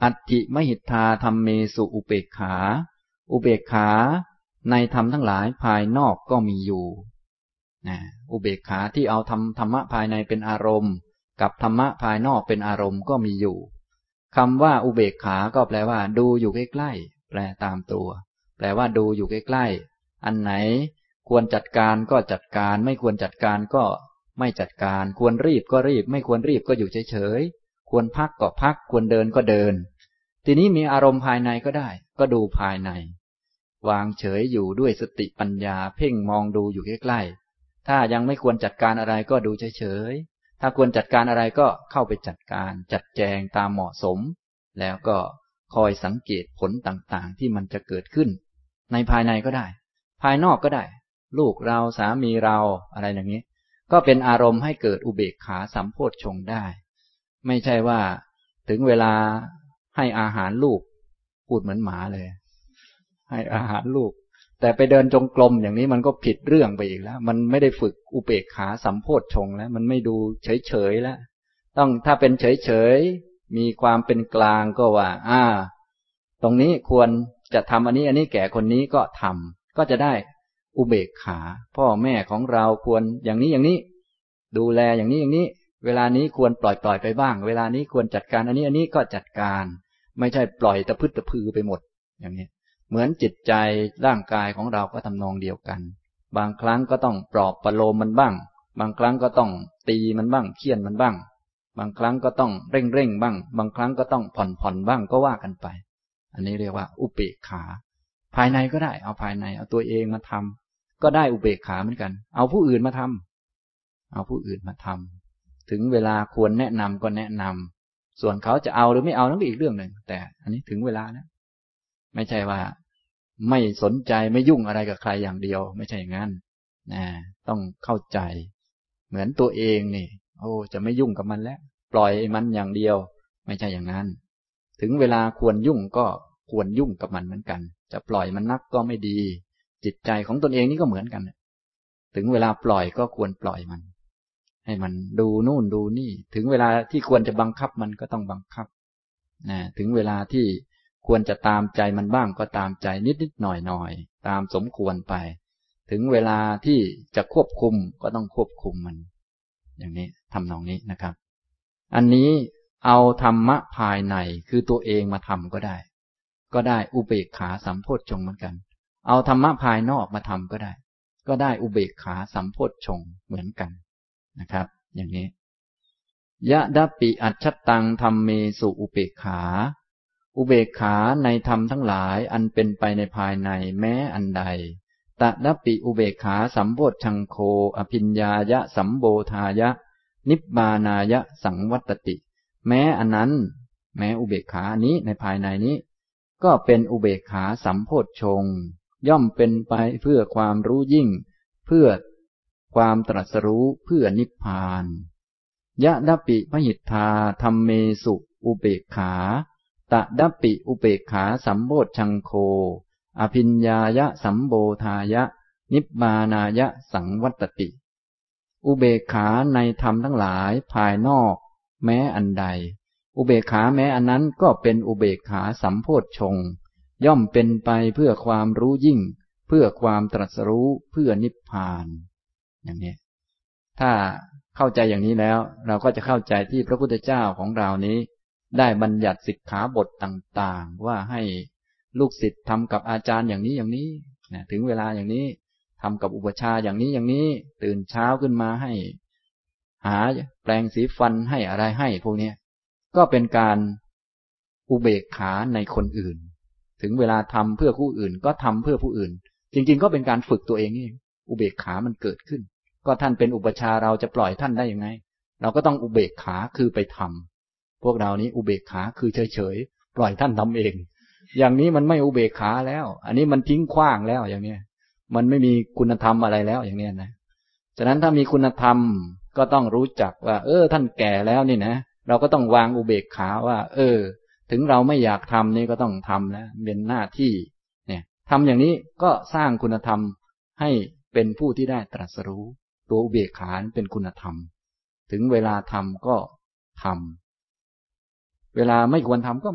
อัตถิมหิทธาธัมเมสุอุเบกขา อุเบกขาในธรรมทั้งหลายภายนอกก็มีอยู่นะอุเบกขาที่เอาธรรมะภายในเป็นอารมณ์กับธรรมะภายนอกเป็นอารมณ์ก็มีอยู่คำว่าอุเบกขาก็แปลว่าดูอยู่ใกล้ๆแปลตามตัวแปลว่าดูอยู่ใกล้ๆอันไหนควรจัดการก็จัดการไม่ควรจัดการก็ไม่จัดการควรรีบก็รีบไม่ควรรีบก็อยู่เฉยๆควรพักก็พักควรเดินก็เดินทีนี้มีอารมณ์ภายในก็ได้ก็ดูภายในวางเฉยอยู่ด้วยสติปัญญาเพ่งมองดูอยู่ใกล้ๆถ้ายังไม่ควรจัดการอะไรก็ดูเฉยๆถ้าควรจัดการอะไรก็เข้าไปจัดการจัดแจงตามเหมาะสมแล้วก็คอยสังเกตผลต่างๆที่มันจะเกิดขึ้นในภายในก็ได้ภายนอกก็ได้ลูกเราสามีเราอะไรอย่างนี้ก็เป็นอารมณ์ให้เกิดอุเบกขาสัมโพชฌงค์ได้ไม่ใช่ว่าถึงเวลาให้อาหารลูกพูดเหมือนหมาเลยให้อาหารลูกแต่ไปเดินจงกรมอย่างนี้มันก็ผิดเรื่องไปอีกแล้วมันไม่ได้ฝึกอุเบกขาสัมโพชฌงค์แล้วมันไม่ดูเฉยๆแล้วต้องถ้าเป็นเฉยๆมีความเป็นกลางก็ว่าตรงนี้ควรจะทำอันนี้แก่คนนี้ก็ทำก็จะได้อุเบกขาพ่อแม่ของเราควรอย่างนี้ดูแลอย่างนี้เวลานี้ควรปล่อยไปบ้างเวลานี้ควรจัดการอันนี้ก็จัดการไม่ใช่ปล่อยตะพึดตะพือไปหมดอย่างนี้เหมือนจิตใจร่างกายของเราก็ทำนองเดียวกันบางครั้งก็ต้องปลอบประโลมมันบ้างบางครั้งก็ต้องตีมันบ้างเคี่ยนมันบ้างบางครั้งก็ต้องเร่งบ้างบางครั้งก็ต้องผ่อนบ้างก็ว่ากันไปอันนี้เรียกว่าอุเบกขาภายในก็ได้เอาภายในเอาตัวเองมาทำก็ได้อุเบกขาเหมือนกันเอาผู้อื่นมาทำถึงเวลาควรแนะนำก็แนะนำส่วนเขาจะเอาหรือไม่เอานั่นก็อีกเรื่องหนึ่งแต่อันนี้ถึงเวลานะไม่ใช่ว่าไม่สนใจไม่ยุ่งอะไรกับใครอย่างเดียวไม่ใช่อย่างนั้นนะต้องเข้าใจเหมือนตัวเองนี่จะไม่ยุ่งกับมันแล้วปล่อยมันอย่างเดียวไม่ใช่อย่างนั้นถึงเวลาควรยุ่งก็ควรยุ่งกับมันเหมือนกันจะปล่อยมันนักก็ไม่ดีจิตใจของตนเองนี่ก็เหมือนกันถึงเวลาปล่อยก็ควรปล่อยมันให้มันดูนู่นดูนี่ถึงเวลาที่ควรจะบังคับมันก็ต้องบังคับนะถึงเวลาที่ควรจะตามใจมันบ้างก็ตามใจนิดหน่อยตามสมควรไปถึงเวลาที่จะควบคุมก็ต้องควบคุมมันอย่างนี้ทำนองนี้นะครับอันนี้เอาธรรมะภายในคือตัวเองมาทำก็ได้อุเบกขาสัมโพชฌงค์เหมือนกันเอาธรรมะภายนอกมาทำก็ได้อุเบกขาสัมโพชฌงค์เหมือนกันนะครับอย่างนี้ยะดัปปิอัจฉตังธัมเมสุอุเบกขาอุเบกขาในธรรมทั้งหลายอันเป็นไปในภายในแม้อันใดตดัปปิอุเบกขาสัมโพชฌังโฆอภิญญายะสัมโบธายะนิบบานายะสังวัตติ แม้อันนั้นแม้อุเบกขานี้ในภายในนี้ก็เป็นอุเบกขาสัมโพชฌงค์ย่อมเป็นไปเพื่อความรู้ยิ่งเพื่อความตรัสรู้เพื่อนิพพานยะดัปปิพหิทธาธัมเมสุอุเบกขาตดัปปิอุเบกขาสัมโพชฌังโฆอภิญญายะสัมโบธายะนิบบานายะสังวัตติ อุเบกขาในธรรมทั้งหลายภายนอกแม้อันใดอุเบกขาแม้อันนั้นก็เป็นอุเบกขาสัมโพชฌงค์ย่อมเป็นไปเพื่อความรู้ยิ่งเพื่อความตรัสรู้เพื่อนิพพานอย่างนี้ถ้าเข้าใจอย่างนี้แล้วเราก็จะเข้าใจที่พระพุทธเจ้าของเรานี้ได้บัญญัติสิกขาบทต่างๆว่าให้ลูกศิษย์ทำกับอาจารย์อย่างนี้ถึงเวลาอย่างนี้ทำกับอุปชาอย่างนี้ตื่นเช้าขึ้นมาให้หาแปรงสีฟันให้อะไรให้พวกนี้ก็เป็นการอุเบกขาในคนอื่นถึงเวลาทำเพื่อผู้อื่นก็ทำเพื่อผู้อื่นจริงๆก็เป็นการฝึกตัวเองนี่อุเบกขามันเกิดขึ้นก็ท่านเป็นอุปชาเราจะปล่อยท่านได้ยังไงเราก็ต้องอุเบกขาคือไปทำพวกเรานี้อุเบกขาคือเฉยๆปล่อยท่านทำเองอย่างนี้มันไม่อุเบกขาแล้วอันนี้มันทิ้งขว้างแล้วอย่างนี้มันไม่มีคุณธรรมอะไรแล้วอย่างนี้นะฉะนั้นถ้ามีคุณธรรมก็ต้องรู้จักว่าท่านแก่แล้วนี่นะเราก็ต้องวางอุเบกขาว่าถึงเราไม่อยากทำนี่ก็ต้องทำแล้วเป็นหน้าที่เนี่ยทำอย่างนี้ก็สร้างคุณธรรมให้เป็นผู้ที่ได้ตรัสรู้ตัวอุเบกขาเป็นคุณธรรมถึงเวลาทำก็ทำเวลาไม่ควรทำก็ไม่ท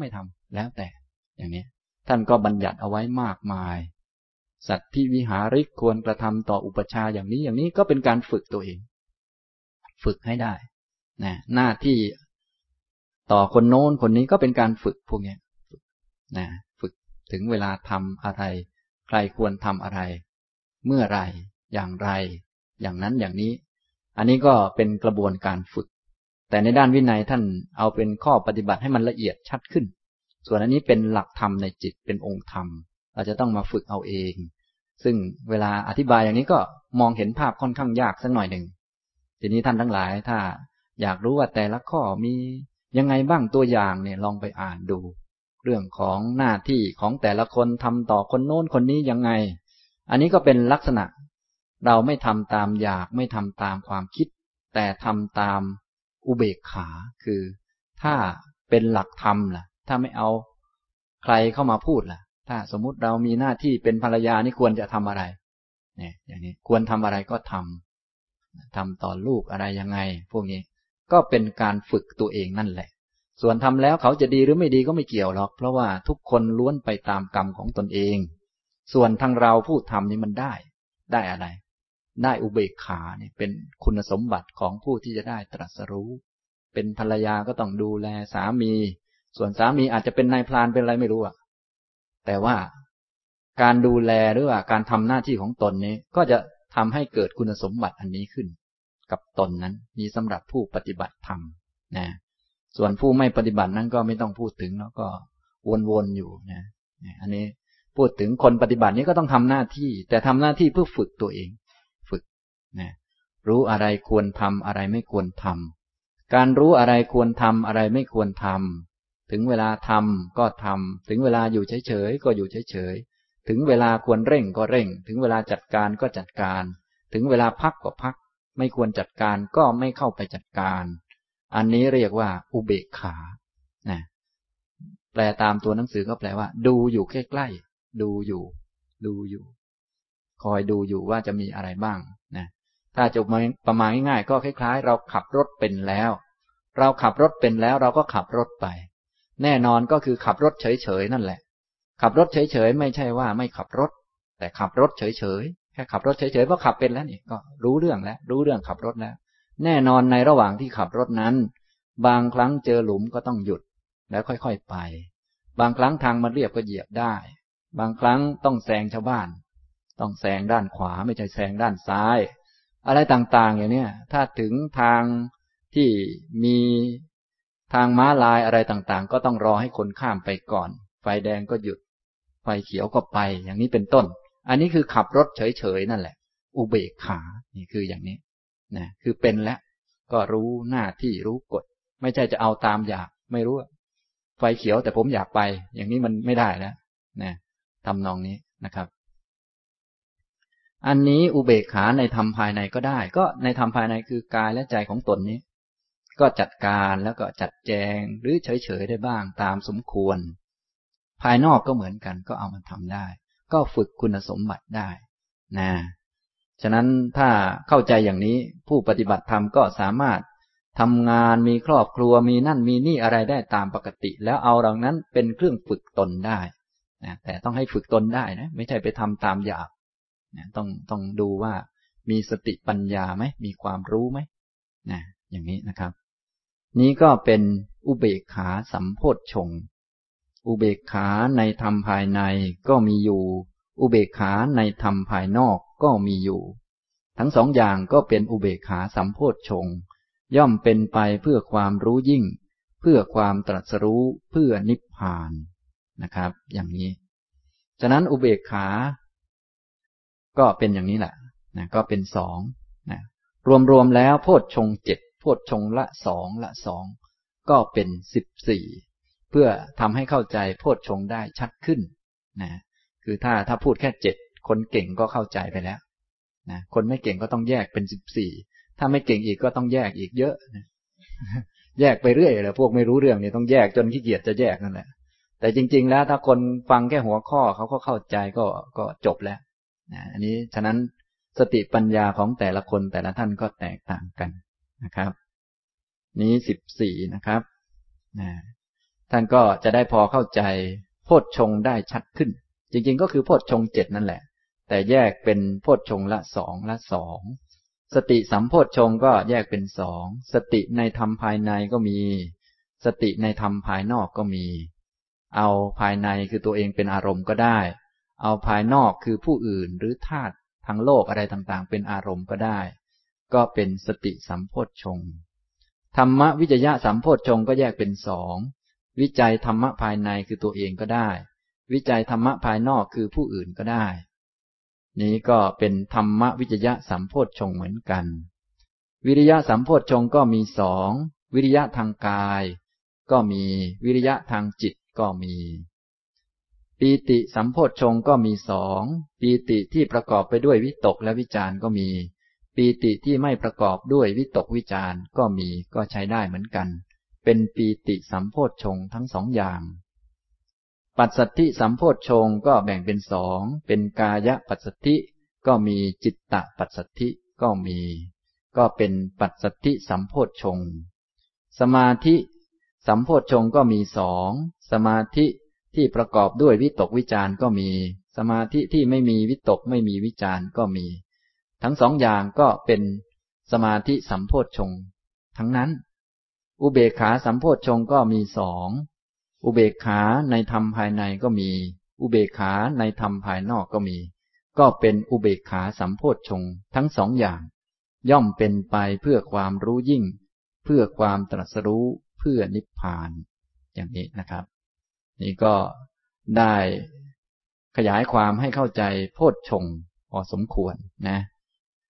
แล้วแต่อย่างนี้ท่านก็บัญญัติเอาไว้มากมายสัตว์ที่วิหาริกควรกระทำต่ออุปชาอย่างนี้ก็เป็นการฝึกตัวเองฝึกให้ได้นะหน้าที่ต่อคนโน้นคนนี้ก็เป็นการฝึกพวกนี้นะฝึกถึงเวลาทำอะไรใครควรทำอะไรเมื่อไรอย่างไรอย่างนั้นอย่างนี้อันนี้ก็เป็นกระบวนการฝึกแต่ในด้านวินัยท่านเอาเป็นข้อปฏิบัติให้มันละเอียดชัดขึ้นส่วนอันนี้เป็นหลักธรรมในจิตเป็นองค์ธรรมเราจะต้องมาฝึกเอาเองซึ่งเวลาอธิบายอย่างนี้ก็มองเห็นภาพค่อนข้างยากสักหน่อยหนึ่งทีนี้ท่านทั้งหลายถ้าอยากรู้ว่าแต่ละข้อมียังไงบ้างตัวอย่างเนี่ยลองไปอ่านดูเรื่องของหน้าที่ของแต่ละคนทำต่อคนโน้นคนนี้ยังไงอันนี้ก็เป็นลักษณะเราไม่ทำตามอยากไม่ทำตามความคิดแต่ทำตามอุเบกขาคือถ้าเป็นหลักธรรมล่ะถ้าไม่เอาใครเข้ามาพูดล่ะถ้าสมมุติเรามีหน้าที่เป็นภรรยานี่ควรจะทำอะไรเนี่ยอย่างนี้ควรทำอะไรก็ทำต่อลูกอะไรยังไงพวกนี้ก็เป็นการฝึกตัวเองนั่นแหละส่วนทำแล้วเขาจะดีหรือไม่ดีก็ไม่เกี่ยวหรอกเพราะว่าทุกคนล้วนไปตามกรรมของตนเองส่วนทางเราผู้ทำนี่มันได้อะไรได้อุเบกขาเนี่ยเป็นคุณสมบัติของผู้ที่จะได้ตรัสรู้เป็นภรรยาก็ต้องดูแลสามีส่วนสามีอาจจะเป็นนายพรานเป็นอะไรไม่รู้อะแต่ว่าการดูแลหรือว่าการทำหน้าที่ของตนนี้ก็จะทำให้เกิดคุณสมบัติอันนี้ขึ้นกับตนนั้นมีสำหรับผู้ปฏิบัติธรรมนะส่วนผู้ไม่ปฏิบัตินั้นก็ไม่ต้องพูดถึงแล้วก็วนๆอยู่นะอันนี้พูดถึงคนปฏิบัตินี้ก็ต้องทำหน้าที่แต่ทำหน้าที่เพื่อฝึกตัวเองฝึกนะรู้อะไรควรทำอะไรไม่ควรทำการรู้อะไรควรทำอะไรไม่ควรทำถึงเวลาทำก็ทำถึงเวลาอยู่เฉยๆก็อยู่เฉยๆถึงเวลาควรเร่งก็เร่งถึงเวลาจัดการก็จัดการถึงเวลาพักก็พักไม่ควรจัดการก็ไม่เข้าไปจัดการอันนี้เรียกว่าอุเบกขานะแปลตามตัวหนังสือก็แปลว่าดูอยู่ใกล้ๆดูอยู่คอยดูอยู่ว่าจะมีอะไรบ้างนะถ้าจะประมาณง่ายๆก็คล้ายๆเราขับรถเป็นแล้วเราขับรถเป็นแล้วเราก็ขับรถไปแน่นอนก็คือขับรถเฉยๆนั่นแหละขับรถเฉยๆไม่ใช่ว่าไม่ขับรถแต่ขับรถเฉยๆแค่ขับรถเฉยๆเพราะขับเป็นแล้วนี่ก็รู้เรื่องแล้วรู้เรื่องขับรถแล้วแน่นอนในระหว่างที่ขับรถนั้นบางครั้งเจอหลุมก็ต้องหยุดแล้วค่อยๆไปบางครั้งทางมันเรียบก็เหยียบได้บางครั้งต้องแซงชาวบ้านต้องแซงด้านขวาไม่ใช่แซงด้านซ้ายอะไรต่างๆอย่างนี้ถ้าถึงทางที่มีทางม้าลายอะไรต่างๆก็ต้องรอให้คนข้ามไปก่อนไฟแดงก็หยุดไฟเขียวก็ไปอย่างนี้เป็นต้นอันนี้คือขับรถเฉยๆนั่นแหละอุเบกขานี่คืออย่างนี้นะคือเป็นแล้วก็รู้หน้าที่รู้กฎไม่ใช่จะเอาตามอยากไม่รู้ไฟเขียวแต่ผมอยากไปอย่างนี้มันไม่ได้แล้วนะทำนองนี้นะครับอันนี้อุเบกขาในธรรมภายในก็ได้ก็ในธรรมภายในคือกายและใจของตนนี้ก็จัดการแล้วก็จัดแจงหรือเฉยๆได้บ้างตามสมควรภายนอกก็เหมือนกันก็เอามาทำได้ก็ฝึกคุณสมบัติได้นะฉะนั้นถ้าเข้าใจอย่างนี้ผู้ปฏิบัติธรรมก็สามารถทำงานมีครอบครัวมีนั่นมีนี่อะไรได้ตามปกติแล้วเอาเหล่านั้นเป็นเครื่องฝึกตนได้นะแต่ต้องให้ฝึกตนได้นะไม่ใช่ไปทำตามอยากนะต้องดูว่ามีสติปัญญาไหมมีความรู้ไหมนะอย่างนี้นะครับนี้ก็เป็นอุเบกขาสัมโพชฌงค์อุเบกขาในธรรมภายในก็มีอยู่อุเบกขาในธรรมภายนอกก็มีอยู่ทั้งสองอย่างก็เป็นอุเบกขาสัมโพชฌงค์ย่อมเป็นไปเพื่อความรู้ยิ่งเพื่อความตรัสรู้เพื่อนิพพานนะครับอย่างนี้ฉะนั้นอุเบกขาก็เป็นอย่างนี้แหละนะก็เป็นสองนะรวมแล้วโพชฌงค์เจ็ดโพชฌงค์ละสองก็เป็น14เพื่อทำให้เข้าใจโพชฌงค์ได้ชัดขึ้นนะคือถ้าพูดแค่7คนเก่งก็เข้าใจไปแล้วนะคนไม่เก่งก็ต้องแยกเป็น14ถ้าไม่เก่งอีกก็ต้องแยกอีกเยอะนะแยกไปเรื่อยเลยพวกไม่รู้เรื่องเนี่ยต้องแยกจนขี้เกียจจะแยกนั่นแหละแต่จริงๆแล้วถ้าคนฟังแค่หัวข้อเขาก็เข้าใจก็จบแล้วนะอันนี้ฉะนั้นสติปัญญาของแต่ละคนแต่ละท่านก็แตกต่างกันนะครับนี้14นะครับนะท่านก็จะได้พอเข้าใจโพชฌงค์ได้ชัดขึ้นจริงๆก็คือโพชฌงค์7นั่นแหละแต่แยกเป็นโพชฌงค์ละ2 สติสัมโพชฌงค์ก็แยกเป็น2สติในธรรมภายในก็มีสติในธรรมภายนอกก็มีเอาภายในคือตัวเองเป็นอารมณ์ก็ได้เอาภายนอกคือผู้อื่นหรือธาตุทางโลกอะไรต่างๆเป็นอารมณ์ก็ได้ก็เป็นสติสัมโพชฌงค์ธรรมวิจยะสัมโพชฌงค์ก็แยกเป็น2วิจัยธรรมะภายในคือตัวเองก็ได้วิจัยธรรมะภายนอกคือผู้อื่นก็ได้นี้ก็เป็นธรรมวิจยะสัมโพชฌงค์เหมือนกันวิริยะสัมโพชฌงค์ก็มี2วิริยะทางกายก็มีวิริยะทางจิตก็มีปีติสัมโพชฌงค์ก็มี2ปีติที่ประกอบไปด้วยวิตกและวิจารก็มีปีติที่ไม่ประกอบด้วยวิตกวิจารก็มีก็ใช้ได้เหมือนกันเป็นปีติสัมโพชฌงค์ทั้ง2อย่างปัสสัทธิสัมโพชฌงค์ก็แบ่งเป็น2เป็นกายปัสสัทธิก็มีจิตตปัสสัทธิก็มีก็เป็นปัสสัทธิสัมโพชฌงค์สมาธิสัมโพชฌงค์ก็มี2สมาธิที่ประกอบด้วยวิตกวิจารก็มีสมาธิที่ไม่มีวิตกไม่มีวิจารก็มีทั้ง2อย่างก็เป็นสมาธิสัมโพชฌงค์ทั้งนั้นอุเบกขาสัมโพชฌงค์ก็มี2อุเบกขาในธรรมภายในก็มีอุเบกขาในธรรมภายนอกก็มีก็เป็นอุเบกขาสัมโพชฌงค์ทั้ง2อย่างย่อมเป็นไปเพื่อความรู้ยิ่งเพื่อความตรัสรู้เพื่อนิพพานอย่างนี้นะครับนี่ก็ได้ขยายความให้เข้าใจโพชฌงค์พอสมควรนะ